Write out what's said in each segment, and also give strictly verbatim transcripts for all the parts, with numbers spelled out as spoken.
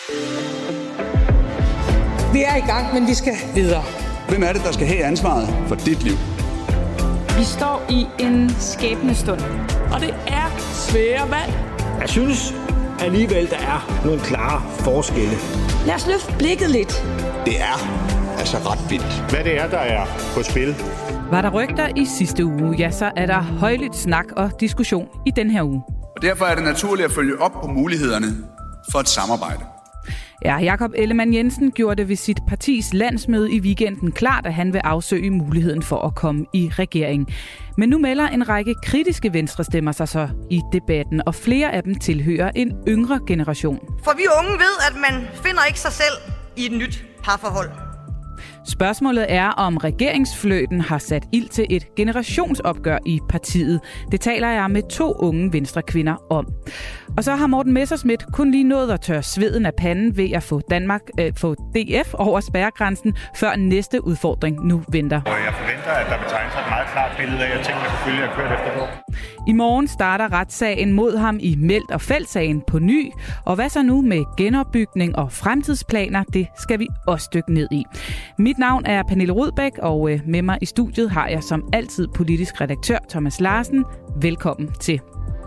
Vi er i gang, men vi skal videre. Hvem er det, der skal have ansvaret for dit liv? Vi står i en skæbnestund, og det er svære valg. Jeg synes alligevel, der er nogle klare forskelle. Lad os løfte blikket lidt. Det er altså ret vildt. Hvad det er, der er på spil. Var der rygter i sidste uge, ja, så er der højlydt snak og diskussion i den her uge. Og derfor er det naturligt at følge op på mulighederne for et samarbejde. Ja, Jakob Ellemann-Jensen gjorde det ved sit partis landsmøde i weekenden klart, at han vil afsøge muligheden for at komme i regering. Men nu melder en række kritiske venstrestemmer sig så i debatten, og flere af dem tilhører en yngre generation. For vi unge ved, at man finder ikke sig selv i et nyt parforhold. Spørgsmålet er, om regeringsfløjten har sat ild til et generationsopgør i partiet. Det taler jeg med to unge venstrekvinder om. Og så har Morten Messerschmidt kun lige nået at tørre sveden af panden ved at få Danmark, øh, få D F over spærregrænsen, før næste udfordring nu venter. Jeg forventer, at der vil tegne sig et meget klart billede af, at tingene selvfølgelig er kørt efter på. I morgen starter retssagen mod ham i Meldt og Felt-sagen på ny. Og hvad så nu med genopbygning og fremtidsplaner? Det skal vi også dykke ned i. Mit navn er Pernille Rudbæk, og med mig i studiet har jeg som altid politisk redaktør Thomas Larsen. Velkommen til.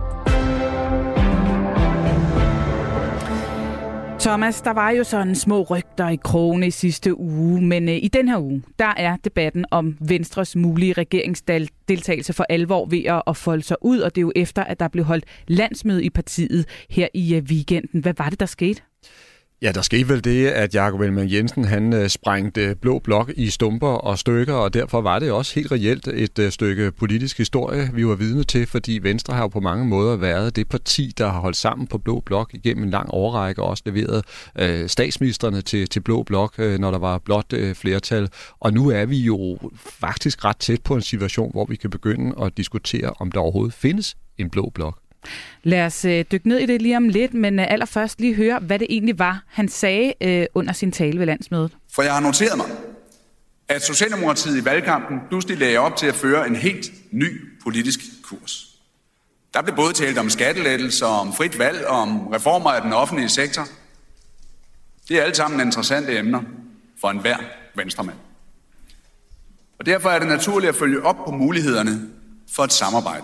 Thomas, der var jo sådan små rygter i krogene i sidste uge, men øh, i den her uge, der er debatten om Venstres mulige regeringsdeltagelse for alvor ved at, at folde sig ud, og det er jo efter, at der blev holdt landsmøde i partiet her i øh, weekenden. Hvad var det, der skete? Ja, der skete vel det, at Jakob Ellemann-Jensen han øh, sprængte blå blok i stumper og stykker, og derfor var det også helt reelt et øh, stykke politisk historie, vi var vidne til, fordi Venstre har jo på mange måder været det parti, der har holdt sammen på blå blok igennem en lang årrække, og også leveret øh, statsministerne til, til blå blok, øh, når der var blot øh, flertal. Og nu er vi jo faktisk ret tæt på en situation, hvor vi kan begynde at diskutere, om der overhovedet findes en blå blok. Lad os øh, dykke ned i det lige om lidt, men øh, allerførst lige høre, hvad det egentlig var, han sagde øh, under sin tale ved landsmødet. For jeg har noteret mig, at Socialdemokratiet i valgkampen pludselig lagde op til at føre en helt ny politisk kurs. Der blev både talt om skattelettelser, om frit valg og om reformer af den offentlige sektor. Det er alle sammen interessante emner for enhver venstremand. Og derfor er det naturligt at følge op på mulighederne for et samarbejde.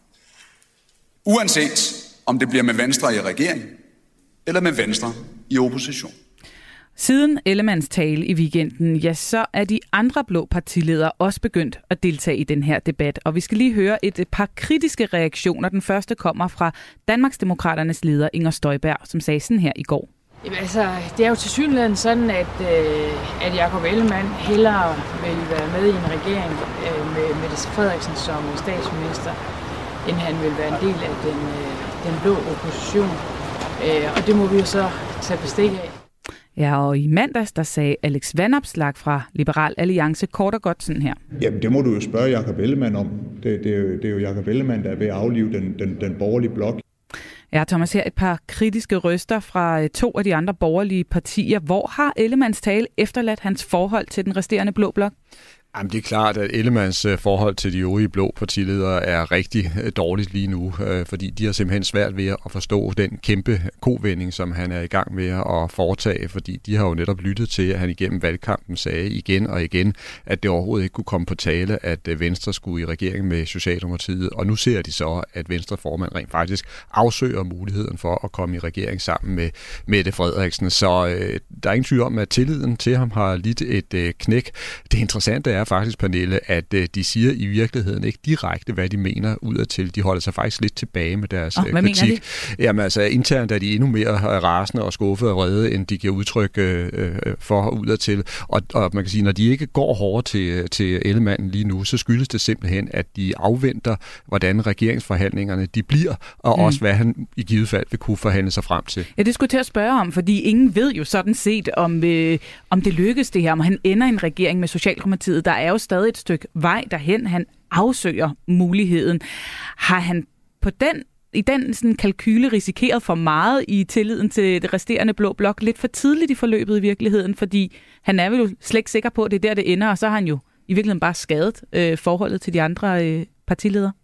Uanset om det bliver med Venstre i regering, eller med Venstre i opposition. Siden Ellemanns tale i weekenden, ja, så er de andre blå partiledere også begyndt at deltage i den her debat. Og vi skal lige høre et par kritiske reaktioner. Den første kommer fra Danmarksdemokraternes leder Inger Støjberg, som sagde sådan her i går. Jamen, altså, det er jo tilsyneladende sådan, at, øh, at Jakob Ellemann hellere vil være med i en regering øh, med Mette Frederiksen som statsminister, end han vil være en del af den, øh, den blå opposition. Øh, og det må vi jo så tage bestik af. Ja, og i mandags, der sagde Alex Vanopslagh fra Liberal Alliance kort og godt sådan her. Jamen, det må du jo spørge Jakob Ellemann om. Det, det, er, jo, det er jo Jakob Ellemann, der er ved at aflive den, den, den borgerlige blok. Ja, Thomas, her et par kritiske røster fra to af de andre borgerlige partier. Hvor har Ellemanns tale efterladt hans forhold til den resterende blå blok? Jamen, det er klart, at Ellemanns forhold til de øvrige blå partiledere er rigtig dårligt lige nu, fordi de har simpelthen svært ved at forstå den kæmpe kovending, som han er i gang med at foretage, fordi de har jo netop lyttet til, at han igennem valgkampen sagde igen og igen, at det overhovedet ikke kunne komme på tale, at Venstre skulle i regering med Socialdemokratiet, og nu ser de så, at Venstre formand rent faktisk afsøger muligheden for at komme i regering sammen med Mette Frederiksen, så øh, der er ingen tvivl om, at tilliden til ham har lidt et øh, knæk. Det interessante er faktisk, Pernille, at øh, de siger i virkeligheden ikke direkte, hvad de mener udadtil. De holder sig faktisk lidt tilbage med deres oh, øh, kritik. Jamen altså, internt er de endnu mere rasende og skuffede og vrede, end de giver udtryk øh, for udadtil. Og, og man kan sige, når de ikke går hårdt til, til Ellemann lige nu, så skyldes det simpelthen, at de afventer, hvordan regeringsforhandlingerne de bliver, og mm. også hvad han i givet fald vil kunne forhandle sig frem til. Ja, det skulle til at spørge om, fordi ingen ved jo sådan set, om, øh, om det lykkes det her, om han ender i en regering med Socialdemokratiet. Der er jo stadig et stykke vej derhen. Han afsøger muligheden. Har han på den, i den sådan kalkyle risikeret for meget i tilliden til det resterende blå blok lidt for tidligt i forløbet i virkeligheden? Fordi han er jo slet ikke sikker på, at det er der, det ender, og så har han jo i virkeligheden bare skadet øh, forholdet til de andre øh, partiledere.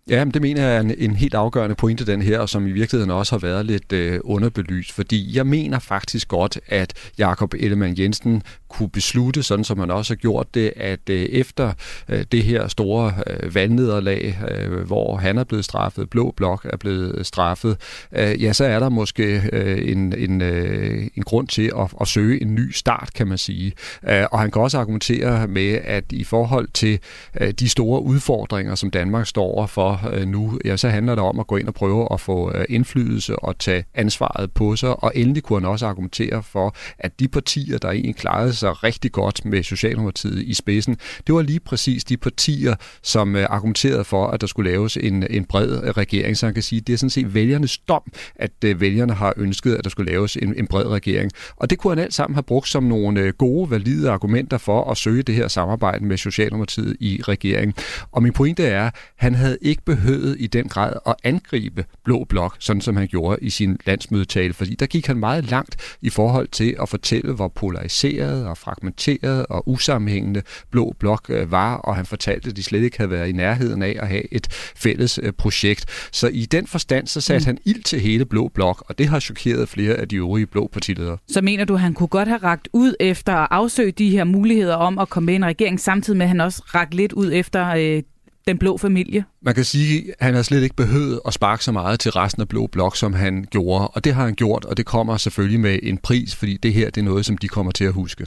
Ja, men det mener jeg er en, en helt afgørende pointe, den her, og som i virkeligheden også har været lidt øh, underbelyst, fordi jeg mener faktisk godt, at Jakob Ellemann-Jensen kunne beslutte, sådan som man også har gjort det, at øh, efter øh, det her store øh, valgnederlag, øh, hvor han er blevet straffet, Blå Blok er blevet straffet, øh, ja, så er der måske øh, en, en, øh, en grund til at, at søge en ny start, kan man sige. Øh, og han kan også argumentere med, at i forhold til øh, de store udfordringer, som Danmark står overfor nu, ja, så handler det om at gå ind og prøve at få indflydelse og tage ansvaret på sig, og endelig kunne han også argumentere for, at de partier, der egentlig klarede sig rigtig godt med Socialdemokratiet i spidsen, det var lige præcis de partier, som argumenterede for, at der skulle laves en, en bred regering, så han kan sige, at det er sådan set vælgernes dom, at vælgerne har ønsket, at der skulle laves en, en bred regering. Og det kunne han alt sammen have brugt som nogle gode, valide argumenter for at søge det her samarbejde med Socialdemokratiet i regeringen. Og min pointe er, at han havde ikke behøvet i den grad at angribe Blå Blok, sådan som han gjorde i sin landsmødetale, fordi der gik han meget langt i forhold til at fortælle, hvor polariseret og fragmenteret og usammenhængende Blå Blok var, og han fortalte, at de slet ikke havde været i nærheden af at have et fælles projekt. Så i den forstand, så satte mm. han ild til hele Blå Blok, og det har chokeret flere af de øvrige blå partiledere. Så mener du, at han kunne godt have rakt ud efter at afsøge de her muligheder om at komme med i en regering, samtidig med, at han også rakt lidt ud efter øh, den blå familie? Man kan sige, at han har slet ikke behøvet at sparke så meget til resten af Blå Blok, som han gjorde. Og det har han gjort, og det kommer selvfølgelig med en pris, fordi det her det er noget, som de kommer til at huske.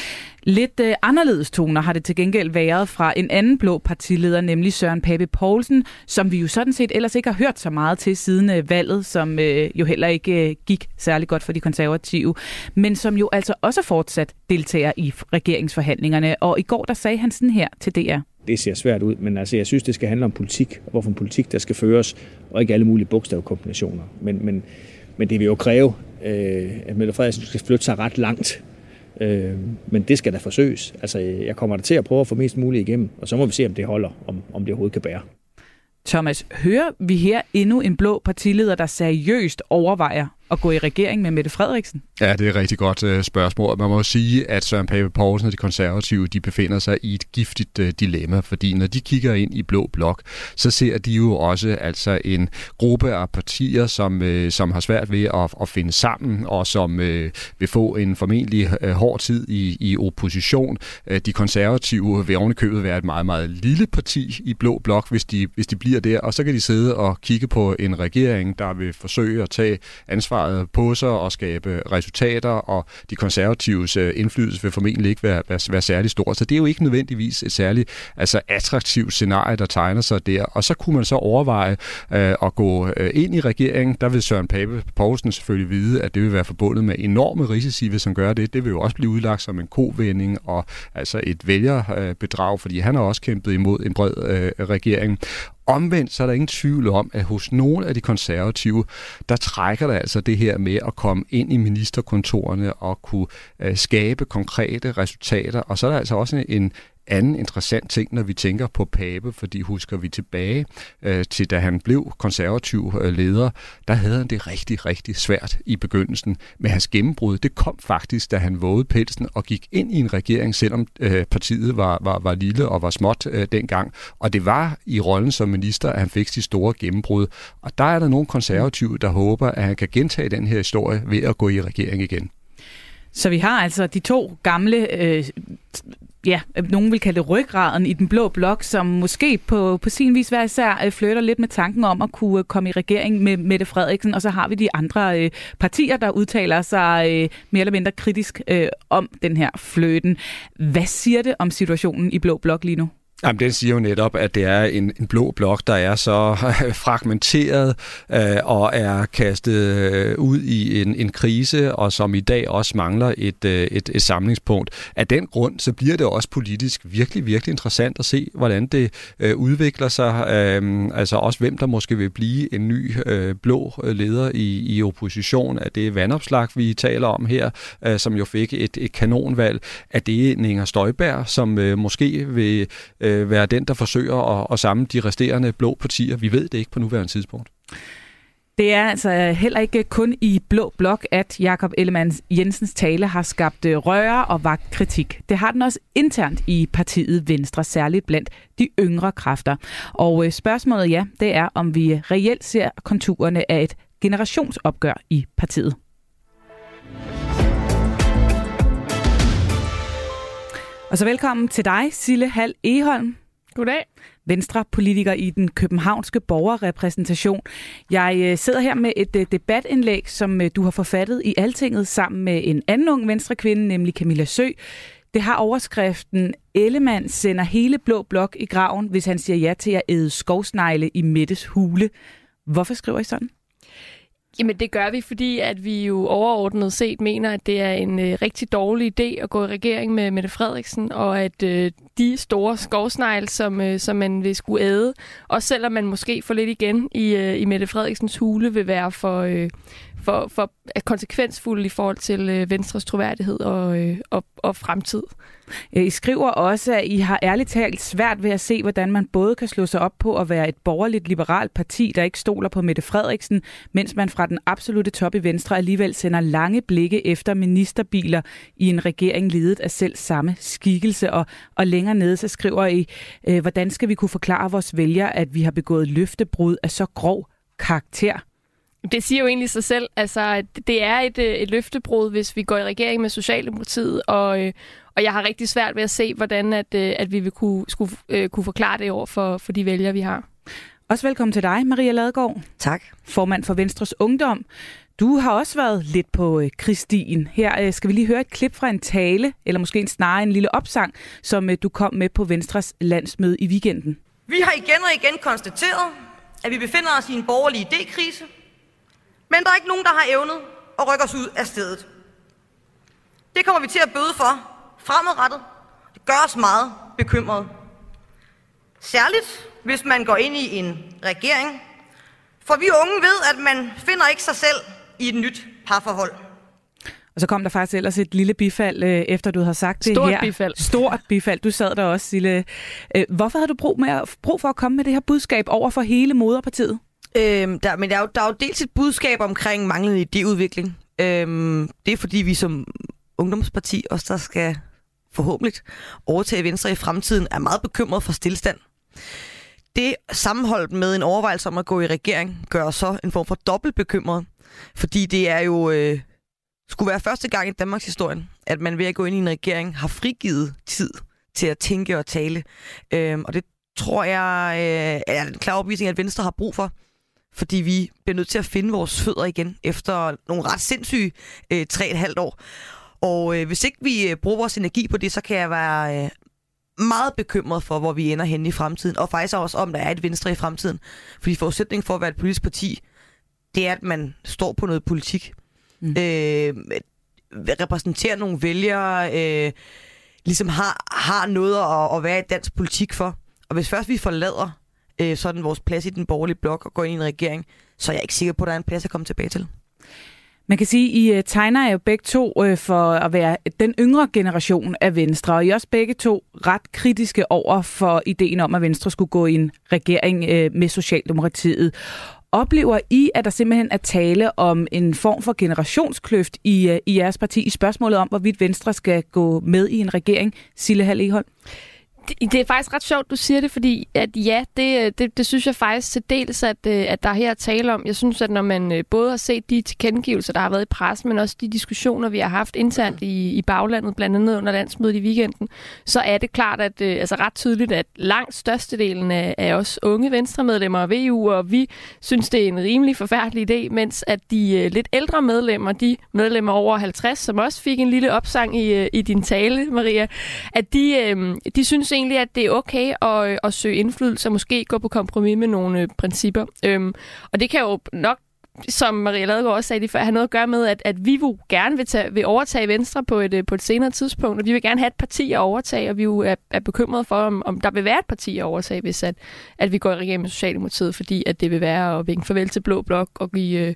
Lidt øh, anderledes toner har det til gengæld været fra en anden blå partileder, nemlig Søren Pape Poulsen, som vi jo sådan set ellers ikke har hørt så meget til siden øh, valget, som øh, jo heller ikke øh, gik særlig godt for de konservative, men som jo altså også fortsat deltager i regeringsforhandlingerne. Og i går der sagde han sådan her til D R. Det ser svært ud, men altså, jeg synes, det skal handle om politik, og hvorfor en politik, der skal føres, og ikke alle mulige bogstavkombinationer. Men, men, men det vil jo kræve, øh, at Mette Frederiksen skal flytte sig ret langt. Øh, men det skal da forsøges. Altså, jeg kommer der til at prøve at få mest muligt igennem, og så må vi se, om det holder, om, om det overhovedet kan bære. Thomas, hører vi her endnu en blå partileder, der seriøst overvejer at gå i regering med Mette Frederiksen? Ja, det er et rigtig godt uh, spørgsmål. Man må sige, at Søren Pape Poulsen og de konservative, de befinder sig i et giftigt uh, dilemma, fordi når de kigger ind i Blå Blok, så ser de jo også altså en gruppe af partier, som, uh, som har svært ved at, at finde sammen, og som uh, vil få en formentlig uh, hård tid i, i opposition. Uh, de konservative vil ovenikøbet være et meget, meget lille parti i Blå Blok, hvis de, hvis de bliver der, og så kan de sidde og kigge på en regering, der vil forsøge at tage ansvar på sig og skabe resultater, og de konservatives indflydelse vil formentlig ikke være, være, være særlig stor. Så det er jo ikke nødvendigvis et særligt altså attraktivt scenarie, der tegner sig der. Og så kunne man så overveje øh, at gå øh, ind i regeringen. Der vil Søren Pape Poulsen selvfølgelig vide, at det vil være forbundet med enorme risici, hvis han gør det. Det vil jo også blive udlagt som en kovending og altså et vælgerbedrag, øh, fordi han har også kæmpet imod en bred øh, regering. Omvendt så er der ingen tvivl om, at hos nogle af de konservative, der trækker der altså det her med at komme ind i ministerkontorerne og kunne øh, skabe konkrete resultater. Og så er der altså også en anden interessant ting, når vi tænker på Pape, fordi husker vi tilbage øh, til, da han blev konservativ øh, leder, der havde han det rigtig, rigtig svært i begyndelsen. Men hans gennembrud, det kom faktisk, da han vågede pelsen og gik ind i en regering, selvom øh, partiet var, var, var lille og var småt øh, dengang. Og det var i rollen som minister, at han fik de store gennembrud. Og der er der nogle konservative, der håber, at han kan gentage den her historie ved at gå i regering igen. Så vi har altså de to gamle... Øh Ja, nogen vil kalde det ryggraden i den blå blok, som måske på, på sin vis hver især flytter lidt med tanken om at kunne komme i regering med Mette Frederiksen, og så har vi de andre øh, partier, der udtaler sig øh, mere eller mindre kritisk øh, om den her fløten. Hvad siger det om situationen i blå blok lige nu? Jamen, den siger jo netop, at det er en, en blå blok, der er så fragmenteret øh, og er kastet øh, ud i en, en krise, og som i dag også mangler et, øh, et, et samlingspunkt. Af den grund, så bliver det også politisk virkelig, virkelig interessant at se, hvordan det øh, udvikler sig. Øh, altså også, hvem der måske vil blive en ny øh, blå leder i, i opposition. Er det Vandopslag, vi taler om her, øh, som jo fik et, et kanonvalg? Er det Inger Støjberg, som øh, måske vil være den, der forsøger at, at samle de resterende blå partier? Vi ved det ikke på nuværende tidspunkt. Det er altså heller ikke kun i Blå Blok, at Jakob Ellemann-Jensens tale har skabt røre og vakt kritik. Det har den også internt i partiet Venstre, særligt blandt de yngre kræfter. Og spørgsmålet, ja, det er, om vi reelt ser konturerne af et generationsopgør i partiet. Og så velkommen til dig, Sille Hald Egholm. Goddag. Venstre-politiker i den københavnske borgerrepræsentation. Jeg sidder her med et debatindlæg, som du har forfattet i Altinget sammen med en anden ung venstrekvinde, nemlig Camilla Sø. Det har overskriften: Ellemann sender hele Blå Blok i graven, hvis han siger ja til at æde skovsnegle i Mettes hule. Hvorfor skriver I sådan? Jamen det gør vi, fordi at vi jo overordnet set mener, at det er en øh, rigtig dårlig idé at gå i regering med Mette Frederiksen, og at øh, de store skovsnegle, som, øh, som man vil skulle æde, også selvom man måske får lidt igen i, øh, i Mette Frederiksens hule, vil være for, øh, for, for konsekvensfulde i forhold til øh, Venstres troværdighed og, øh, og, og fremtid. I skriver også, at I har ærligt talt svært ved at se, hvordan man både kan slå sig op på at være et borgerligt liberalt parti, der ikke stoler på Mette Frederiksen, mens man fra den absolute top i Venstre alligevel sender lange blikke efter ministerbiler i en regering ledet af selv samme skikkelse. Og, og længere nede så skriver I, øh, hvordan skal vi kunne forklare vores vælgere, at vi har begået løftebrud af så grov karakter? Det siger jo egentlig sig selv. Altså, det er et, et løftebrud, hvis vi går i regering med Socialdemokratiet, og, og jeg har rigtig svært ved at se, hvordan at, at vi vil kunne, skulle, uh, kunne forklare det over for, for de vælgere, vi har. Også velkommen til dig, Maria Ladegaard. Tak. Formand for Venstres Ungdom. Du har også været lidt på øh, krigsstien. Her øh, skal vi lige høre et klip fra en tale, eller måske en snarere en lille opsang, som øh, du kom med på Venstres landsmøde i weekenden. Vi har igen og igen konstateret, at vi befinder os i en borgerlig idékrise, men der er ikke nogen, der har evnet at rykke os ud af stedet. Det kommer vi til at bøde for fremadrettet. Det gør os meget bekymrede. Særligt, hvis man går ind i en regering. For vi unge ved, at man finder ikke sig selv i et nyt parforhold. Og så kom der faktisk ellers et lille bifald, øh, efter du havde sagt det Stort her. bifald. Stort bifald. Du sad der også, Sille. Øh, hvorfor havde du brug, med at, brug for at komme med det her budskab over for hele moderpartiet? Øhm, der, men der er, jo, der er jo dels et budskab omkring manglende idéudvikling. Øhm, det er fordi, vi som ungdomsparti, også der skal forhåbentlig overtage Venstre i fremtiden, er meget bekymret for stillstand. Det sammenholdt med en overvejelse om at gå i regering, gør så en form for dobbelt bekymret. Fordi det er jo øh, skulle være første gang i Danmarks historie, at man ved at gå ind i en regering har frigivet tid til at tænke og tale. Øhm, og det tror jeg øh, er en klar overbevisning, at Venstre har brug for. Fordi vi bliver nødt til at finde vores fødder igen efter nogle ret sindssyge øh, tre og et halvt år. Og øh, hvis ikke vi øh, bruger vores energi på det, så kan jeg være øh, meget bekymret for, hvor vi ender henne i fremtiden. Og faktisk også om, der er et Venstre i fremtiden. Fordi forudsætningen for at være et politisk parti, det er, at man står på noget politik. Mm. Øh, repræsenterer nogle vælgere, øh, ligesom har, har noget at, at være i dansk politik for. Og hvis først vi forlader øh, sådan vores plads i den borgerlige blok og går ind i en regering, så er jeg ikke sikker på, at der er en plads at komme tilbage til. Man kan sige, at I tegner jo begge to for at være den yngre generation af Venstre, og I er også begge to ret kritiske over for ideen om, at Venstre skulle gå i en regering med Socialdemokratiet. Oplever I, at der simpelthen er tale om en form for generationskløft i, i jeres parti i spørgsmålet om, hvorvidt Venstre skal gå med i en regering? Sille Hald Egholm. Det, det er faktisk ret sjovt, du siger det, fordi at ja, det, det, det synes jeg faktisk til dels, at, at der er her at tale om. Jeg synes, at når man både har set de tilkendegivelser, der har været i pressen, men også de diskussioner, vi har haft internt i, i baglandet, blandt andet under landsmødet i weekenden, så er det klart, at altså ret tydeligt, at langt størstedelen af, af os unge venstremedlemmer af V U, og vi synes, det er en rimelig forfærdelig idé, mens at de lidt ældre medlemmer, de medlemmer over halvtreds, som også fik en lille opsang i, i din tale, Maria, at de, de synes egentlig, at det er okay at, at søge indflydelse og måske gå på kompromis med nogle øh, principper. Øhm, og det kan jo nok, som Maria Ladegaard også sagde lige før, have noget at gøre med, at, at vi jo gerne vil, tage, vil overtage Venstre på et, på et senere tidspunkt, og vi vil gerne have et parti at overtage, og vi jo er, er bekymrede for, om, om der vil være et parti at overtage, hvis at, at vi går i regering med Socialdemokratiet, fordi at det vil være at vinke farvel til Blå Blok og give,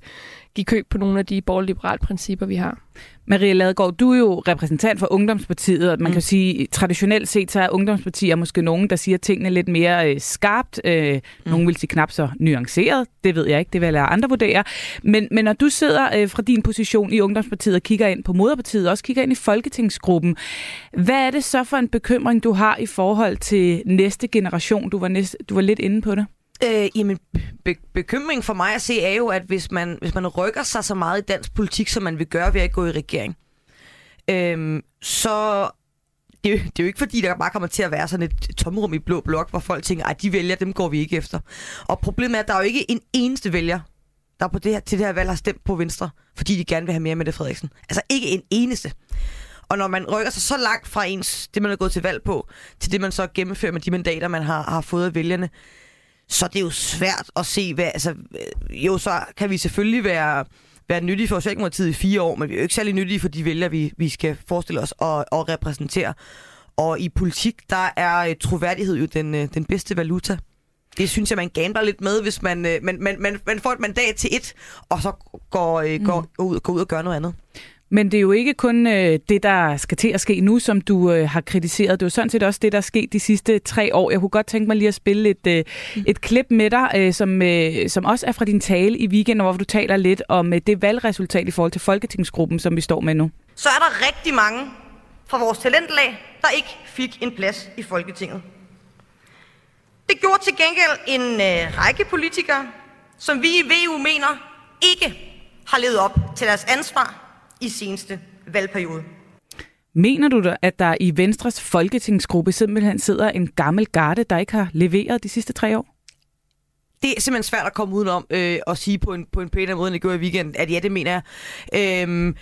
give køb på nogle af de borgerliberale principper, vi har. Maria Ladegaard, du er jo repræsentant for Ungdomspartiet, og man mm. kan sige, traditionelt set, så er Ungdomspartiet måske nogen, der siger tingene lidt mere øh, skarpt. Øh, mm. Nogen vil sige knap så nuanceret. Det ved jeg ikke, det vil jeg andre vurdere. Men, men når du sidder øh, fra din position i Ungdomspartiet og kigger ind på Moderpartiet, og også kigger ind i Folketingsgruppen, hvad er det så for en bekymring, du har i forhold til næste generation? Du var, næste, du var lidt inde på det. Øh, jamen, be- bekymringen for mig at se er jo, at hvis man, hvis man rykker sig så meget i dansk politik, som man vil gøre ved at gå i regering, øh, så det er, jo, det er jo ikke fordi, der bare kommer til at være sådan et tomrum i blå blok, hvor folk tænker, at de vælger, dem går vi ikke efter. Og problemet er, at der er jo ikke en eneste vælger, der på det her, til det her valg har stemt på Venstre, fordi de gerne vil have mere Mette Frederiksen. Altså ikke en eneste. Og når man rykker sig så langt fra ens, det man er gået til valg på, til det man så gennemfører med de mandater, man har, har fået af vælgerne, så det er jo svært at se, hvad, altså, jo, så kan vi selvfølgelig være, være nyttige for Socialdemokratiet i fire år, men vi er jo ikke særlig nyttige for de vælgere, vi, vi skal forestille os og, og repræsentere. Og i politik, der er troværdighed jo den, den bedste valuta. Det synes jeg, man gambler lidt med, hvis man, man, man, man, man får et mandat til et, og så går, mm. går, går, ud, går ud og gør noget andet. Men det er jo ikke kun øh, det, der skal til at ske nu, som du øh, har kritiseret. Det er jo sådan set også det, der er sket de sidste tre år. Jeg kunne godt tænke mig lige at spille et, øh, et klip med dig, øh, som, øh, som også er fra din tale i weekenden, hvor du taler lidt om øh, det valgresultat i forhold til Folketingsgruppen, som vi står med nu. Så er der rigtig mange fra vores talentlag, der ikke fik en plads i Folketinget. Det gjorde til gengæld en øh, række politikere, som vi i V U mener ikke har levet op til deres ansvar i seneste valgperiode. Mener du da, at der i Venstres folketingsgruppe simpelthen sidder en gammel garde, der ikke har leveret de sidste tre år? Det er simpelthen svært at komme udenom øh, og sige på en, på en pænere måde, end det gjorde i weekenden, at ja, det mener jeg. Øhm,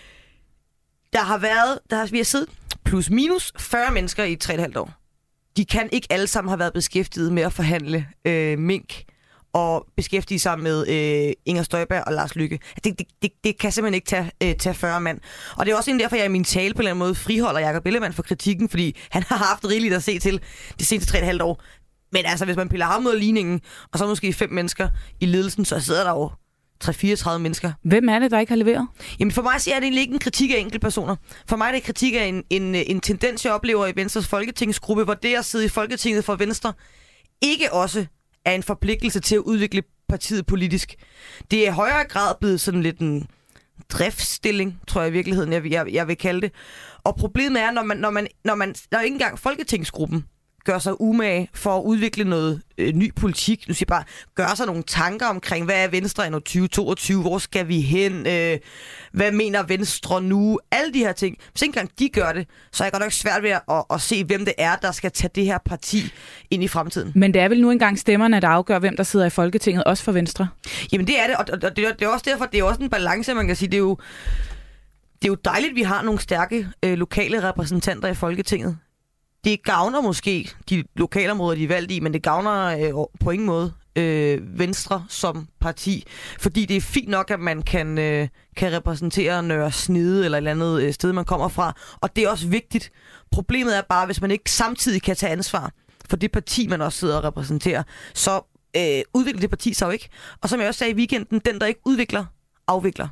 der har været, der har, vi har siddet plus minus fyrre mennesker i tre og et halvt år. De kan ikke alle sammen have været beskæftiget med at forhandle øh, mink og beskæftige sig med øh, Inger Støjberg og Lars Løkke. Det, det, det, det kan simpelthen ikke tage, øh, tage fyrre mand. Og det er også en derfor, jeg i min tale på en eller anden måde friholder Jakob Ellemann for kritikken, fordi han har haft rigeligt at se til de seneste tre og et halvt år. Men altså, hvis man piller ham ud af ligningen, og så måske fem mennesker i ledelsen, så sidder der jo tre til fireogtredive mennesker. Hvem er det, der ikke har leveret? Jamen for mig er det egentlig ikke en kritik af enkelte personer. For mig er det en kritik af en, en, en tendens, jeg oplever i Venstres folketingsgruppe, hvor det at sidde i Folketinget for Venstre ikke også er en forpligtelse til at udvikle partiet politisk. Det er i højere grad blevet sådan lidt en driftsstilling, tror jeg i virkeligheden, jeg, jeg, jeg vil kalde det. Og problemet er, når man, når man, når man, der er ikke engang folketingsgruppen gør sig umage for at udvikle noget øh, ny politik. Nu siger jeg bare, gør sig nogle tanker omkring, hvad er Venstre i tyve toogtyve, hvor skal vi hen, øh, hvad mener Venstre nu, alle de her ting. Hvis ikke engang de gør det, så er jeg godt nok svært ved at, at se, hvem det er, der skal tage det her parti ind i fremtiden. Men det er vel nu engang stemmerne, der afgør, hvem der sidder i Folketinget, også for Venstre? Jamen det er det, og det er, det er også derfor, det er også en balance, man kan sige, det er jo, det er jo dejligt, at vi har nogle stærke øh, lokale repræsentanter i Folketinget. Det gavner måske de lokalområder, de er valgt i, men det gavner øh, på ingen måde øh, Venstre som parti. Fordi det er fint nok, at man kan, øh, kan repræsentere Nørre Snede eller et eller andet øh, sted, man kommer fra. Og det er også vigtigt. Problemet er bare, hvis man ikke samtidig kan tage ansvar for det parti, man også sidder og repræsenterer, så øh, udvikler det parti sig jo ikke. Og som jeg også sagde i weekenden, den, der ikke udvikler, afvikler.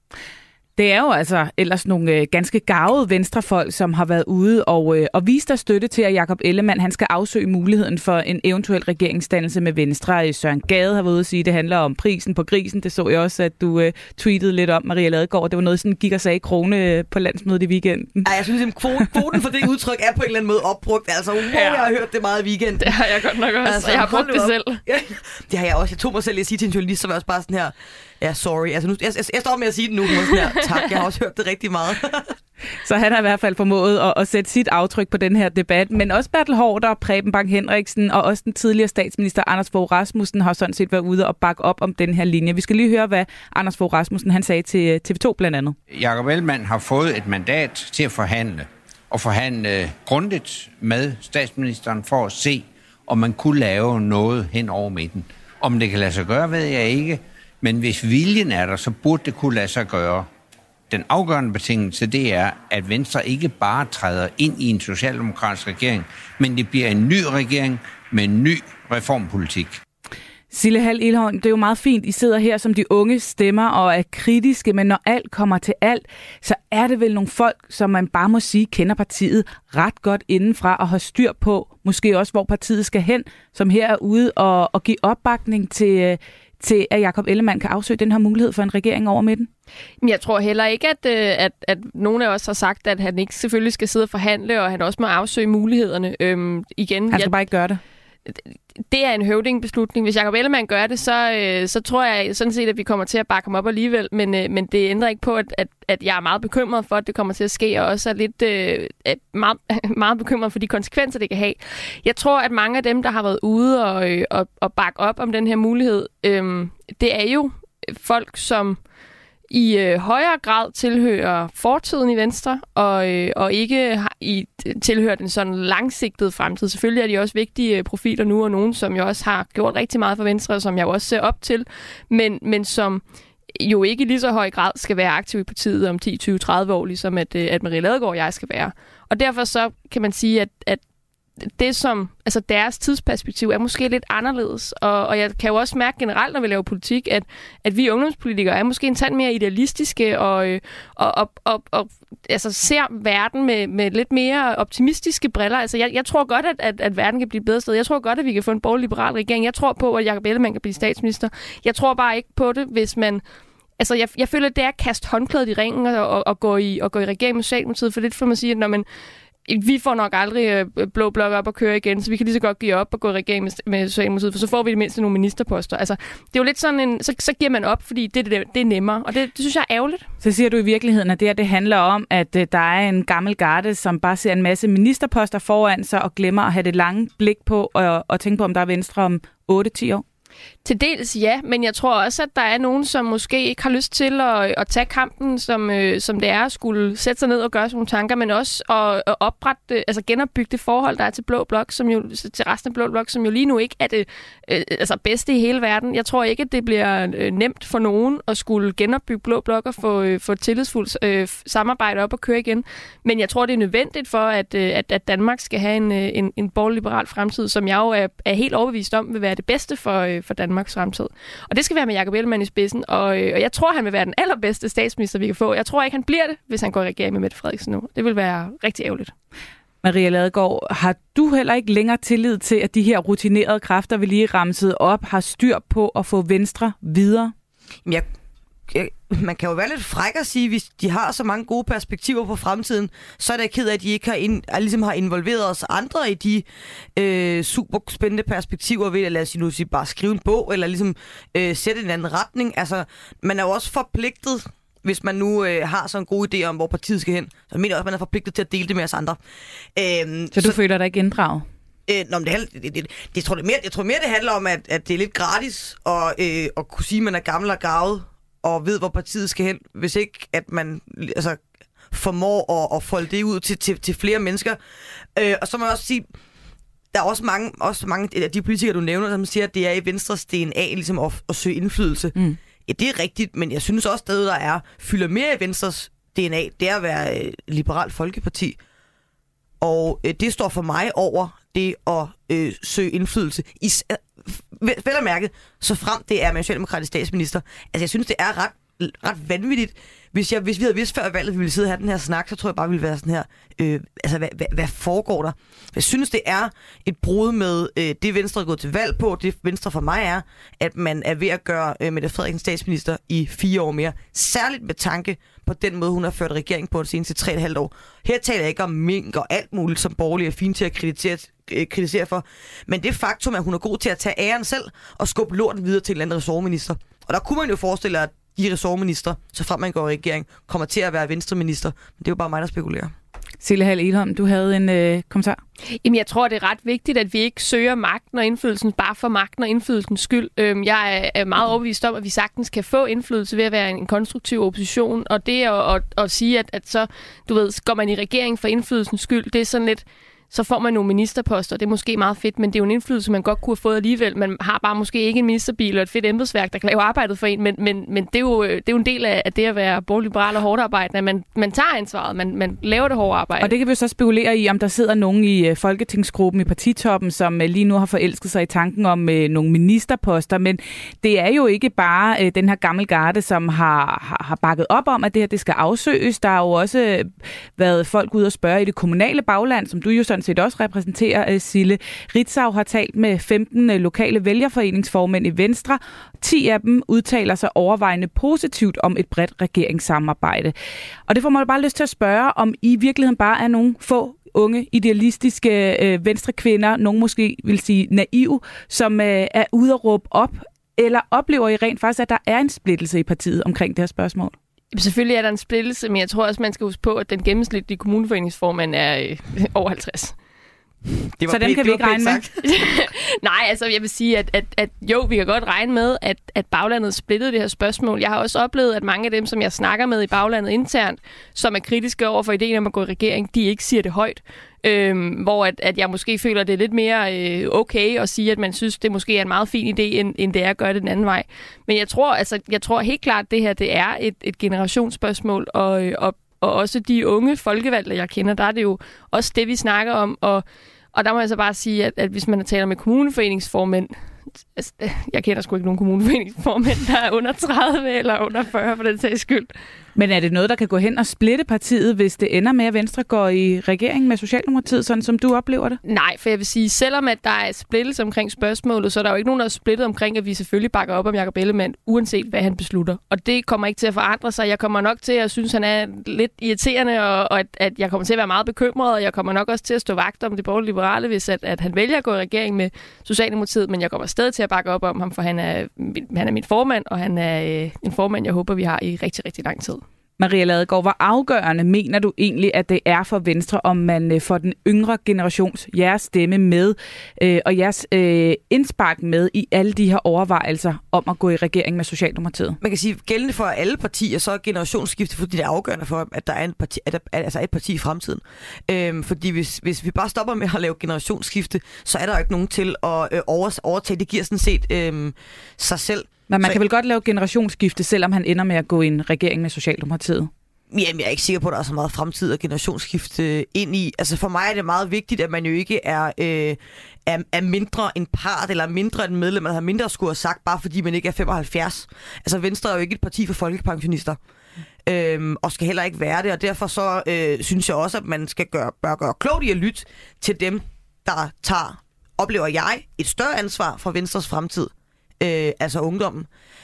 Det er jo altså ellers nogle øh, ganske garvede venstrefolk, som har været ude og, øh, og vist der støtte til, at Jakob Ellemann han skal afsøge muligheden for en eventuel regeringsdannelse med Venstre. Søren Gade har været ude at sige, at det handler om prisen på grisen. Det så jeg også, at du øh, tweetede lidt om, Maria Ladegaard. Det var noget, sådan gik og sagde krone øh, på landsmødet i weekenden. Ja, jeg synes, at kvoten for det udtryk er på en eller anden måde opbrugt. Altså, wow, ja. Jeg har hørt det meget i weekenden. Det har jeg godt nok også, altså, jeg har brugt det selv. Ja, det har jeg også. Jeg tog mig selv i at sige til en journalist, så var jeg også bare sådan her, ja, sorry. Altså, nu, jeg, jeg, jeg står med at sige det nu. Her. Tak, jeg har også hørt det rigtig meget. Så han har i hvert fald formået at, at sætte sit aftryk på den her debat. Men også Bertel Haarder, Preben Bang Henriksen og også den tidligere statsminister Anders Fogh Rasmussen har sådan set været ude og bakke op om den her linje. Vi skal lige høre, hvad Anders Fogh Rasmussen han sagde til T V to blandt andet. Jakob Ellemann har fået et mandat til at forhandle. Og forhandle grundigt med statsministeren for at se, om man kunne lave noget hen over midten. Om det kan lade sig gøre, ved jeg ikke. Men hvis viljen er der, så burde det kunne lade sig gøre. Den afgørende betingelse, det er, at Venstre ikke bare træder ind i en socialdemokratisk regering, men det bliver en ny regering med en ny reformpolitik. Sille Hald Elholm, det er jo meget fint, I sidder her som de unge stemmer og er kritiske, men når alt kommer til alt, så er det vel nogle folk, som man bare må sige, kender partiet ret godt indenfra og har styr på, måske også hvor partiet skal hen, som her er ude og, og give opbakning til, til, at Jakob Ellemann kan afsøge den her mulighed for en regering over midten? Jeg tror heller ikke, at, at, at nogen af os har sagt, at han ikke selvfølgelig skal sidde og forhandle, og han også må afsøge mulighederne. Øhm, igen, han skal jeg, bare ikke gøre det. Det er en høvdingbeslutning. Hvis Jakob Ellemann gør det, så, øh, så tror jeg sådan set, at vi kommer til at bakke ham op alligevel. Men, øh, men det ændrer ikke på, at, at, at jeg er meget bekymret for, at det kommer til at ske, og også er lidt øh, meget, meget bekymret for de konsekvenser, det kan have. Jeg tror, at mange af dem, der har været ude og, øh, og, og bakke op om den her mulighed, øh, det er jo folk, som i øh, højere grad tilhører fortiden i Venstre, og, øh, og ikke har, i, tilhører den sådan langsigtede fremtid. Selvfølgelig er de også vigtige øh, profiler nu, og nogen, som jo også har gjort rigtig meget for Venstre, og som jeg jo også ser op til, men, men som jo ikke i lige så høj grad skal være aktiv i partiet om ti, tyve, tredive år, ligesom at, øh, at Marie Ladegaard og jeg skal være. Og derfor så kan man sige, at, at det som, altså deres tidsperspektiv er måske lidt anderledes, og, og jeg kan jo også mærke generelt, når vi laver politik, at, at vi ungdomspolitikere er måske en tand mere idealistiske, og, og, og, og, og altså ser verden med, med lidt mere optimistiske briller. Altså jeg, jeg tror godt, at, at, at verden kan blive et bedre sted. Jeg tror godt, at vi kan få en borgerlig-liberal regering. Jeg tror på, at Jakob Ellemann kan blive statsminister. Jeg tror bare ikke på det, hvis man... Altså, jeg, jeg føler, at det er at kaste håndklædet i ringen og, og, og, gå i, og gå i regering med Socialdemokratiet, for lidt for man sige, at når man vi får nok aldrig øh, blå blok op og køre igen, så vi kan lige så godt give op og gå i regering med, med Socialdemokratiet, for så får vi det mindste nogle ministerposter. Altså, det er jo lidt sådan en, så, så giver man op, fordi det, det, det er nemmere, og det, det synes jeg er ærgerligt. Så siger du i virkeligheden, at det her, det handler om, at øh, der er en gammel garde, som bare ser en masse ministerposter foran sig og glemmer at have det lange blik på og, og tænke på, om der er Venstre om otte til ti år? Til dels ja, men jeg tror også, at der er nogen, som måske ikke har lyst til at, at tage kampen, som, øh, som det er at skulle sætte sig ned og gøre sådan nogle tanker, men også at, at oprette, altså genopbygge det forhold, der er til Blå Blok, som jo, til resten af Blå Blok, som jo lige nu ikke er det øh, altså bedste i hele verden. Jeg tror ikke, at det bliver øh, nemt for nogen at skulle genopbygge Blå Blok og få, øh, få et tillidsfuldt øh, samarbejde op og køre igen. Men jeg tror, det er nødvendigt for, at, øh, at, at Danmark skal have en, en, en borgerlig-liberal fremtid, som jeg jo er, er helt overbevist om vil være det bedste for, øh, for Danmarks fremtid. Og det skal være med Jakob Ellemann i spidsen, og, øh, og jeg tror, han vil være den allerbedste statsminister, vi kan få. Jeg tror ikke, han bliver det, hvis han går i regering med Mette Frederiksen nu. Det vil være rigtig ærgerligt. Maria Ladegaard, har du heller ikke længere tillid til, at de her rutinerede kræfter, vi lige ramsede op, har styr på at få Venstre videre? Jeg Jeg, man kan jo være lidt fræk at sige, hvis de har så mange gode perspektiver på fremtiden, så er det ked af, at de ikke har, ind, ligesom har involveret os andre i de øh, super spændende perspektiver ved at lade os nu sige, bare skrive en bog, eller ligesom øh, sætte en anden retning. Altså, man er jo også forpligtet, hvis man nu øh, har sådan en god idé om, hvor partiet skal hen. Så jeg mener også, at man er forpligtet til at dele det med os andre. Øh, så du så, føler dig ikke inddraget? Øh, nå, men det, det, det, det, tror det mere, jeg tror mere, det handler om, at, at det er lidt gratis at, øh, at kunne sige, at man er gammel og gavet, og ved, hvor partiet skal hen, hvis ikke, at man altså, formår at, at folde det ud til, til, til flere mennesker. Øh, og så må jeg også sige, der er også mange, også mange af de politikere, du nævner, som siger, at det er i Venstres D N A ligesom at, at søge indflydelse. Mm. Ja, det er rigtigt, men jeg synes også, at det, der er, fylder mere i Venstres D N A, det er at være øh, liberal folkeparti. Og øh, det står for mig over det at øh, søge indflydelse. I, vel at mærke, så frem det er med en socialdemokratisk statsminister. Altså, jeg synes, det er ret, ret vanvittigt. Hvis, jeg, hvis vi havde vidst før valget, at vi ville sidde og have den her snak, så tror jeg bare, vi ville være sådan her. Øh, altså, hvad, hvad, hvad foregår der? Jeg synes, det er et brud med øh, det, Venstre er gået til valg på. Det Venstre for mig er, at man er ved at gøre øh, Mette Frederiksen statsminister i fire år mere. Særligt med tanke på den måde, hun har ført regering på de seneste tre og et halvt år. Her taler jeg ikke om mink og alt muligt, som borgerlige er fint til at kritisere, øh, kritisere for. Men det faktum, at hun er god til at tage æren selv og skubbe lorten videre til en eller anden ressortminister. Og der kunne man jo forestille, at de ressortminister, så frem man går i regering, kommer til at være venstreminister. Men det er jo bare mig, der spekulerer. Sille Hald Elholm, du havde en øh, kommentar. Jamen, jeg tror, det er ret vigtigt, at vi ikke søger magten og indflydelsen bare for magten og indflydelsens skyld. Øhm, jeg er meget overbevist om, at vi sagtens kan få indflydelse ved at være en konstruktiv opposition. Og det at, at, at sige, at, at så, du ved, går man i regering for indflydelsens skyld, det er sådan lidt... så får man nogle ministerposter. Det er måske meget fedt, men det er jo en indflydelse, man godt kunne have fået alligevel. Man har bare måske ikke en ministerbil og et fedt embedsværk, der kan lave arbejdet for en, men, men, men det, er jo, det er jo en del af det at være borgerliberal og hårdt arbejdende, at man, man tager ansvaret, man, man laver det hårde arbejde. Og det kan vi jo så spekulere i, om der sidder nogen i folketingsgruppen i partitoppen, som lige nu har forelsket sig i tanken om nogle ministerposter, men det er jo ikke bare den her gamle garde, som har, har bakket op om, at det her det skal afsøges. Der har jo også været folk ude og spørge i det kommunale bagland, som du jo sådan set også repræsenterer, Sille. Ritzau har talt med femten lokale vælgerforeningsformænd i Venstre. ti af dem udtaler sig overvejende positivt om et bredt regeringssamarbejde. Og det får mig bare lyst til at spørge, om I virkeligheden bare er nogle få unge, idealistiske øh, venstrekvinder, nogen måske vil sige naive, som øh, er ude at råbe op, eller oplever I rent faktisk, at der er en splittelse i partiet omkring det her spørgsmål? Selvfølgelig er der en splittelse, men jeg tror også, man skal huske på, at den gennemsnitlige kommuneforeningsformand er øh, over halvtreds. Det var så dem kan vi ikke regne med? Nej, altså jeg vil sige, at, at, at jo, vi kan godt regne med, at, at baglandet splittede det her spørgsmål. Jeg har også oplevet, at mange af dem, som jeg snakker med i baglandet internt, som er kritiske over for ideen om at gå i regering, de ikke siger det højt. Øhm, hvor at, at jeg måske føler, at det er lidt mere øh, okay at sige, at man synes, det måske er en meget fin idé, end, end det er at gøre det den anden vej. Men jeg tror, altså, jeg tror helt klart, at det her det er et, et generationsspørgsmål, og, og, og også de unge folkevalgte, jeg kender, der er det jo også det, vi snakker om. Og, og der må jeg så bare sige, at, at hvis man taler med kommuneforeningsformænd, altså, jeg kender sgu ikke nogen kommuneforeningsformænd, der er under tredive eller under fyrre for den sags skyld. Men er det noget, der kan gå hen og splitte partiet, hvis det ender med, at Venstre går i regering med Socialdemokratiet, sådan som du oplever det? Nej, for jeg vil sige, selvom at der er splittelse omkring spørgsmålet, så er der jo ikke nogen, der er splittet omkring, at vi selvfølgelig bakker op om Jakob Ellemann, uanset hvad han beslutter. Og det kommer ikke til at forandre sig. Jeg kommer nok til at synes, han er lidt irriterende, og, og at, at jeg kommer til at være meget bekymret, og jeg kommer nok også til at stå vagt om det borgerlige liberale, hvis at, at han vælger at gå i regering med Socialdemokratiet, men jeg kommer stadig til at bakke op om ham, for han er, han er min formand, og han er øh, en formand, jeg håber, vi har i rigtig, rigtig lang tid. Maria Ladegaard, hvor afgørende mener du egentlig, at det er for Venstre, om man får den yngre generations jeres stemme med, øh, og jeres øh, indspark med i alle de her overvejelser om at gå i regering med Socialdemokratiet? Man kan sige, gældende for alle partier, så er generationsskifte, fordi det er afgørende for, at der er en parti, at der, altså et parti i fremtiden. Øhm, fordi hvis, hvis vi bare stopper med at lave generationsskifte, så er der jo ikke nogen til at øh, overtage. Det giver sådan set øh, sig selv. Men man så, kan vel godt lave generationsskifte, selvom han ender med at gå i en regering med Socialdemokratiet? Jamen, jeg er ikke sikker på, at der er så meget fremtid og generationsskifte ind i. Altså for mig er det meget vigtigt, at man jo ikke er, øh, er, er mindre en part, eller mindre en medlem, man har mindre skulle have sagt, bare fordi man ikke er femoghalvfjerds. Altså Venstre er jo ikke et parti for folkepensionister, øhm, og skal heller ikke være det, og derfor så øh, synes jeg også, at man skal gøre, bør gøre klogt i at lytte til dem, der tager, oplever jeg, et større ansvar for Venstres fremtid. Øh, altså ungdommen,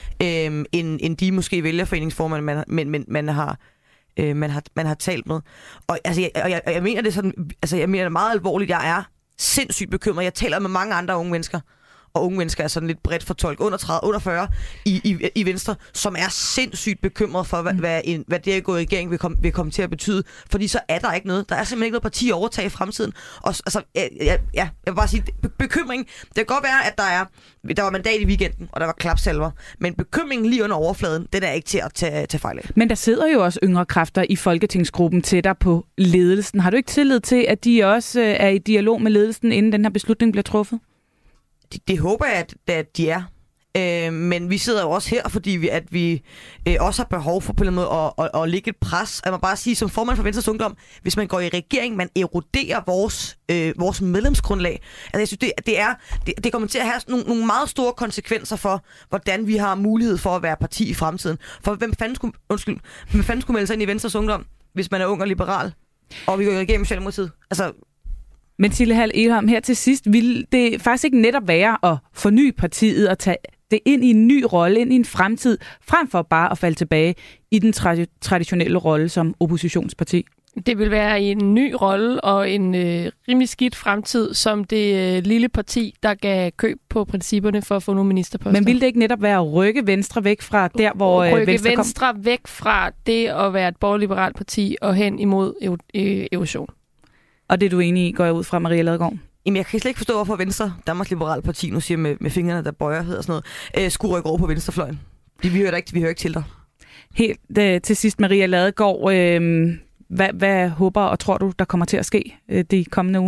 øh, end, end de måske vælgerforeningsformænd, man, man, man, man, har, øh, man, har, man har talt med. Og, altså, jeg, og jeg, jeg mener det sådan, altså, jeg mener det meget alvorligt. Jeg er sindssygt bekymret. Jeg taler med mange andre unge mennesker, og unge mennesker er sådan lidt bredt fortolket, under tredive, under fyrre i, i, i Venstre, som er sindssygt bekymret for, hvad, mm. hvad, en, hvad det at gå i regering vil, kom, vil komme til at betyde. Fordi så er der ikke noget. Der er simpelthen ikke noget parti at overtage i fremtiden. Og altså, ja, ja, jeg vil bare sige, be- bekymring. Det kan godt være, at der er der var mandat i weekenden, og der var klapsalver. Men bekymringen lige under overfladen, den er ikke til at tage, tage fejl af. Men der sidder jo også yngre kræfter i folketingsgruppen tættere på ledelsen. Har du ikke tillid til, at de også er i dialog med ledelsen, inden den her beslutning bliver truffet? Det, det håber jeg, at, at de er. Øh, men vi sidder jo også her, fordi vi, at vi øh, også har behov for på en måde at, at, at lægge et pres. Jeg må bare sige, som formand for Venstres Ungdom, hvis man går i regering, man eroderer vores, øh, vores medlemsgrundlag. Altså, jeg synes, det, det, er, det, det kommer til at have nogle, nogle meget store konsekvenser for, hvordan vi har mulighed for at være parti i fremtiden. For hvem fanden skulle, undskyld, hvem fanden skulle melde sig ind i Venstres Ungdom, hvis man er ung og liberal, og vi går i regering med Socialdemokratiet? Altså... Men Sille Hald Egholm, her til sidst, vil det faktisk ikke netop være at forny partiet og tage det ind i en ny rolle, ind i en fremtid, frem for bare at falde tilbage i den tra- traditionelle rolle som oppositionsparti? Det vil være en ny rolle og en øh, rimelig skidt fremtid som det øh, lille parti, der gav køb på principperne for at få nogle ministerposter. Men vil det ikke netop være at rykke Venstre væk fra der, hvor øh, rykke Venstre kom? Venstre væk fra det at være et borgerliberalt parti og hen imod ev- øh, erosion. Og det er du enig i, går jeg ud fra, Maria Ladegaard? Jamen, jeg kan slet ikke forstå, hvorfor Venstre, Danmarks Liberale Parti, nu siger med, med fingrene, der bøjer hedder sådan noget, øh, skulle rykke over på venstrefløjen. De, vi hører ikke, vi hører ikke til dig. Helt øh, til sidst, Maria Ladegaard. Øh, hvad, hvad håber og tror du, der kommer til at ske øh, de kommende uger?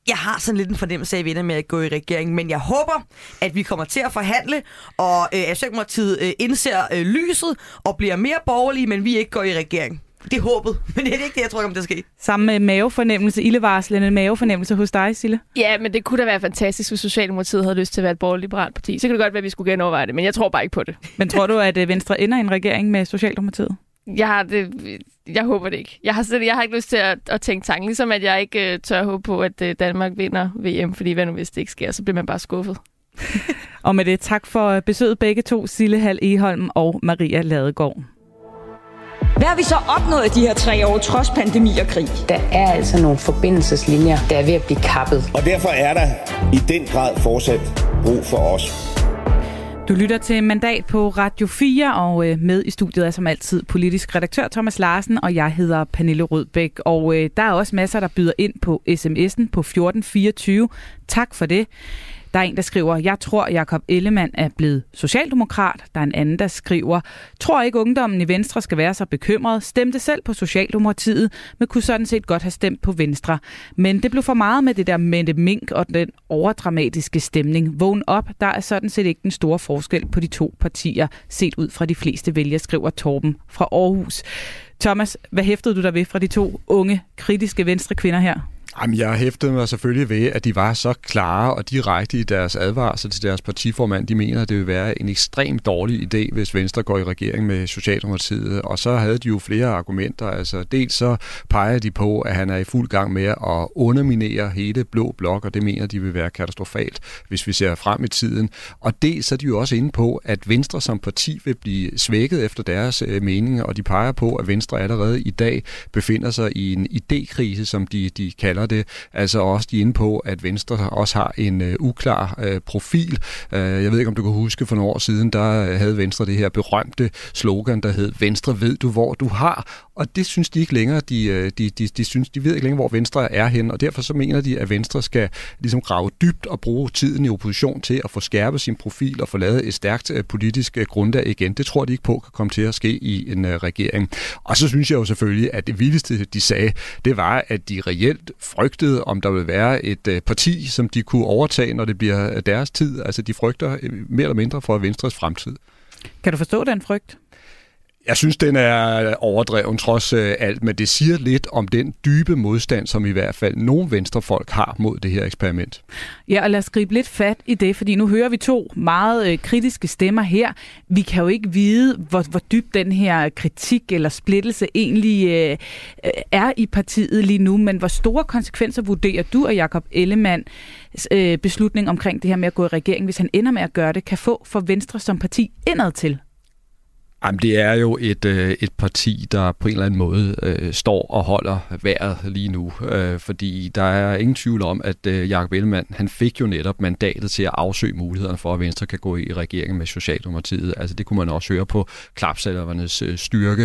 jeg har sådan lidt en fornemmelse af, at vi ender med at gå i regering, men jeg håber, at vi kommer til at forhandle, og øh, at Socialdemokratiet øh, indser øh, lyset og bliver mere borgerlige, men vi ikke går i regering. Det er håbet, men det er ikke det, jeg tror om det sker. Samme mavefornemmelse, ildevarslende mavefornemmelse hos dig, Sille? Ja, men det kunne da være fantastisk, hvis Socialdemokratiet havde lyst til at være et borgerligt-liberalt parti. Så kan det godt være, at vi skulle genoverveje det, men jeg tror bare ikke på det. Men tror du, at Venstre ender i en regering med Socialdemokratiet? Jeg har det, jeg håber det ikke. Jeg har, jeg har ikke lyst til at, at tænke tanken, ligesom at jeg ikke uh, tør håbe på, at uh, Danmark vinder V M, fordi hvad nu hvis det ikke sker, så bliver man bare skuffet. Og med det, tak for besøget begge to, Sille Hald Egholm og Maria Ladegaard. Hvad har vi så opnået i de her tre år, trods pandemi og krig? Der er altså nogle forbindelseslinjer, der er ved at blive kappet. Og derfor er der i den grad fortsat brug for os. Du lytter til Mandat på Radio fire, og med i studiet er som altid politisk redaktør Thomas Larsen, og jeg hedder Pernille Rødbæk. Og der er også masser, der byder ind på sms'en på fjorten fireogtyve. Tak for det. Der er en, der skriver, jeg tror, Jakob Ellemann er blevet socialdemokrat. Der er en anden, der skriver, tror ikke ungdommen i Venstre skal være så bekymret. Stemte selv på Socialdemokratiet, men kunne sådan set godt have stemt på Venstre. Men det blev for meget med det der Mette Mink og den overdramatiske stemning. Vågn op, der er sådan set ikke den store forskel på de to partier, set ud fra de fleste vælgere, skriver Torben fra Aarhus. Thomas, hvad hæftede du der ved fra de to unge, kritiske venstre kvinder her? Jamen, jeg hæftede mig selvfølgelig ved, at de var så klare og direkte i deres advarsel til deres partiformand. De mener, at det vil være en ekstremt dårlig idé, hvis Venstre går i regering med Socialdemokratiet. Og så havde de jo flere argumenter. Altså, dels så peger de på, at han er i fuld gang med at underminere hele Blå Blok, og det mener de vil være katastrofalt, hvis vi ser frem i tiden. Og dels så er de jo også inde på, at Venstre som parti vil blive svækket efter deres øh, meninger, og de peger på, at Venstre allerede i dag befinder sig i en idékrise, som de, de kalder det. Altså også de er inde på, at Venstre også har en uh, uklar uh, profil. Uh, jeg ved ikke, om du kan huske, for nogle år siden, der havde Venstre det her berømte slogan, der hed Venstre ved du, hvor du har. Og det synes de ikke længere. De, de, de, de synes, de ved ikke længere, hvor Venstre er henne, og derfor så mener de, at Venstre skal ligesom grave dybt og bruge tiden i opposition til at få skærpet sin profil og få lavet et stærkt uh, politisk uh, grundlag igen. Det tror de ikke på kan komme til at ske i en uh, regering. Og så synes jeg jo selvfølgelig, at det vildeste, de sagde, det var, at de reelt frygtede, om der vil være et uh, parti, som de kunne overtage, når det bliver deres tid. Altså, de frygter uh, mere eller mindre for Venstres fremtid. Kan du forstå den frygt? Jeg synes, den er overdreven trods uh, alt, men det siger lidt om den dybe modstand, som i hvert fald nogle venstrefolk har mod det her eksperiment. Ja, og lad os gribe lidt fat i det, fordi nu hører vi to meget øh, kritiske stemmer her. Vi kan jo ikke vide, hvor, hvor dyb den her kritik eller splittelse egentlig øh, er i partiet lige nu, men hvor store konsekvenser vurderer du, at Jakob Ellemanns øh, beslutning omkring det her med at gå i regering, hvis han ender med at gøre det, kan få for Venstre som parti indad til? Jamen, det er jo et, øh, et parti, der på en eller anden måde øh, står og holder vejret lige nu, øh, fordi der er ingen tvivl om, at øh, Jakob Ellemann, han fik jo netop mandatet til at afsøge mulighederne for, at Venstre kan gå i regering med Socialdemokratiet. Altså, det kunne man også høre på klapsalvernes øh, styrke,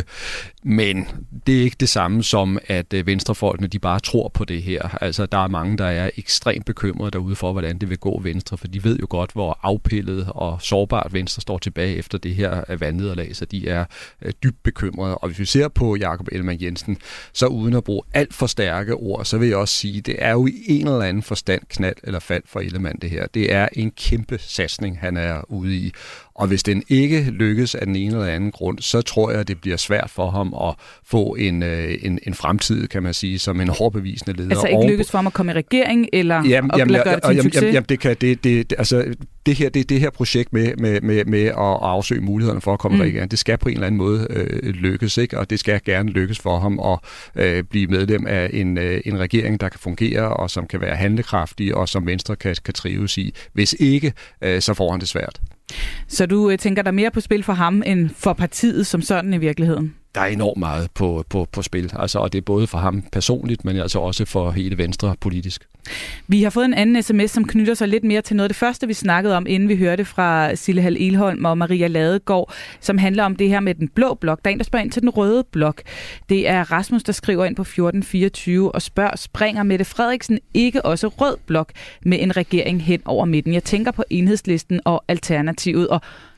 men det er ikke det samme som, at øh, venstrefolkene, de bare tror på det her. Altså, der er mange, der er ekstremt bekymrede derude for, hvordan det vil gå Venstre, for de ved jo godt, hvor afpillet og sårbart Venstre står tilbage efter det her vandnederlag. Så de er øh, dybt bekymrede. Og hvis vi ser på Jakob Ellemann-Jensen, så uden at bruge alt for stærke ord, så vil jeg også sige, det er jo i en eller anden forstand knald eller fald for Ellemann det her. Det er en kæmpe satsning, han er ude i. Og hvis den ikke lykkes af den ene eller anden grund, så tror jeg, at det bliver svært for ham at få en, en, en fremtid, kan man sige, som en overbevisende leder. Altså ikke lykkes for ham at komme i regering, eller jamen, at jamen, gøre det til en jamen, succes? Jamen, det kan, det, det, altså, det her, det, det her projekt med, med, med, med at afsøge mulighederne for at komme mm. i regering, det skal på en eller anden måde øh, lykkes, ikke? Og det skal gerne lykkes for ham at øh, blive medlem af en, øh, en regering, der kan fungere, og som kan være handlekraftig, og som Venstre kan, kan trives i. Hvis ikke, øh, så får han det svært. Så du øh, tænker der mere på spil for ham, end for partiet som sådan i virkeligheden? Der er enormt meget på, på, på spil, altså, og det er både for ham personligt, men altså også for hele Venstre politisk. Vi har fået en anden sms, som knytter sig lidt mere til noget af det første, vi snakkede om, inden vi hørte fra Sille Hald Egholm og Maria Ladegaard, som handler om det her med den blå blok. Der er en, der spørger ind til den røde blok. Det er Rasmus, der skriver ind på fjorten fireogtyve og spørger, springer Mette Frederiksen ikke også rød blok med en regering hen over midten? Jeg tænker på Enhedslisten og Alternativet, og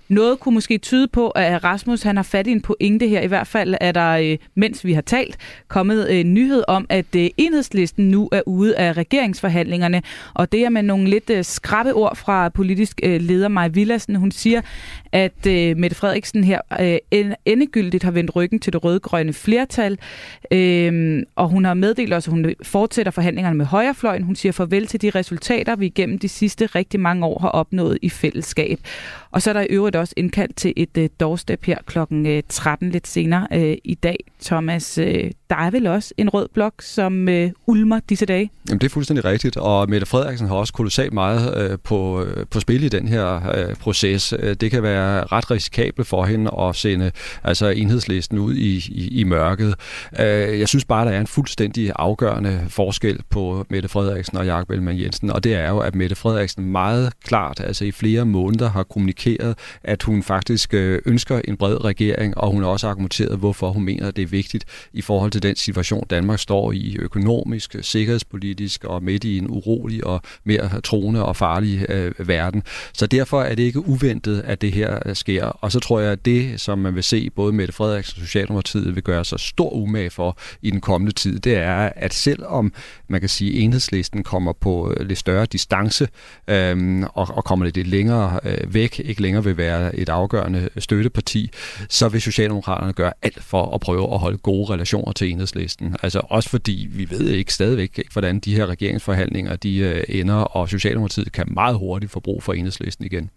Noget kunne måske tyde på, at Rasmus han har fat i en pointe her. I hvert fald er der, mens vi har talt, kommet en nyhed om, at Enhedslisten nu er ude af regeringsforhandlingerne. Og det er med nogle lidt skrappe ord fra politisk leder Mai Villadsen. Hun siger, at Mette Frederiksen her endegyldigt har vendt ryggen til det rød-grønne flertal. Og hun har meddelt også, at hun fortsætter forhandlingerne med højrefløjen. Hun siger farvel til de resultater, vi gennem de sidste rigtig mange år har opnået i fællesskab. Og så er der i øvrigt også indkaldt til et uh, doorstep her klokken tretten lidt senere uh, i dag. Thomas, uh, der er vel også en rød blok, som uh, ulmer disse dage? Jamen, det er fuldstændig rigtigt, og Mette Frederiksen har også kolossalt meget uh, på, uh, på spil i den her uh, proces. Uh, det kan være ret risikabelt for hende at sende altså, Enhedslisten ud i, i, i mørket. Uh, jeg synes bare, der er en fuldstændig afgørende forskel på Mette Frederiksen og Jakob Ellemann-Jensen, og det er jo, at Mette Frederiksen meget klart, altså i flere måneder har kommunikeret, at hun faktisk ønsker en bred regering, og hun har også argumenteret, hvorfor hun mener, at det er vigtigt i forhold til den situation, Danmark står i økonomisk, sikkerhedspolitisk og midt i en urolig og mere truende og farlig øh, verden. Så derfor er det ikke uventet, at det her sker. Og så tror jeg, at det, som man vil se, både Mette Frederiksen og Socialdemokratiet vil gøre sig stor umage for i den kommende tid, det er, at selvom man kan sige, at Enhedslisten kommer på lidt større distance øh, og, og kommer lidt længere øh, væk, ikke længere vil være et afgørende støtteparti, så vil Socialdemokraterne gøre alt for at prøve at holde gode relationer til Enhedslisten. Altså også fordi vi ved ikke stadigvæk ikke, hvordan de her regeringsforhandlinger de ender, og Socialdemokratiet kan meget hurtigt få brug for Enhedslisten igen.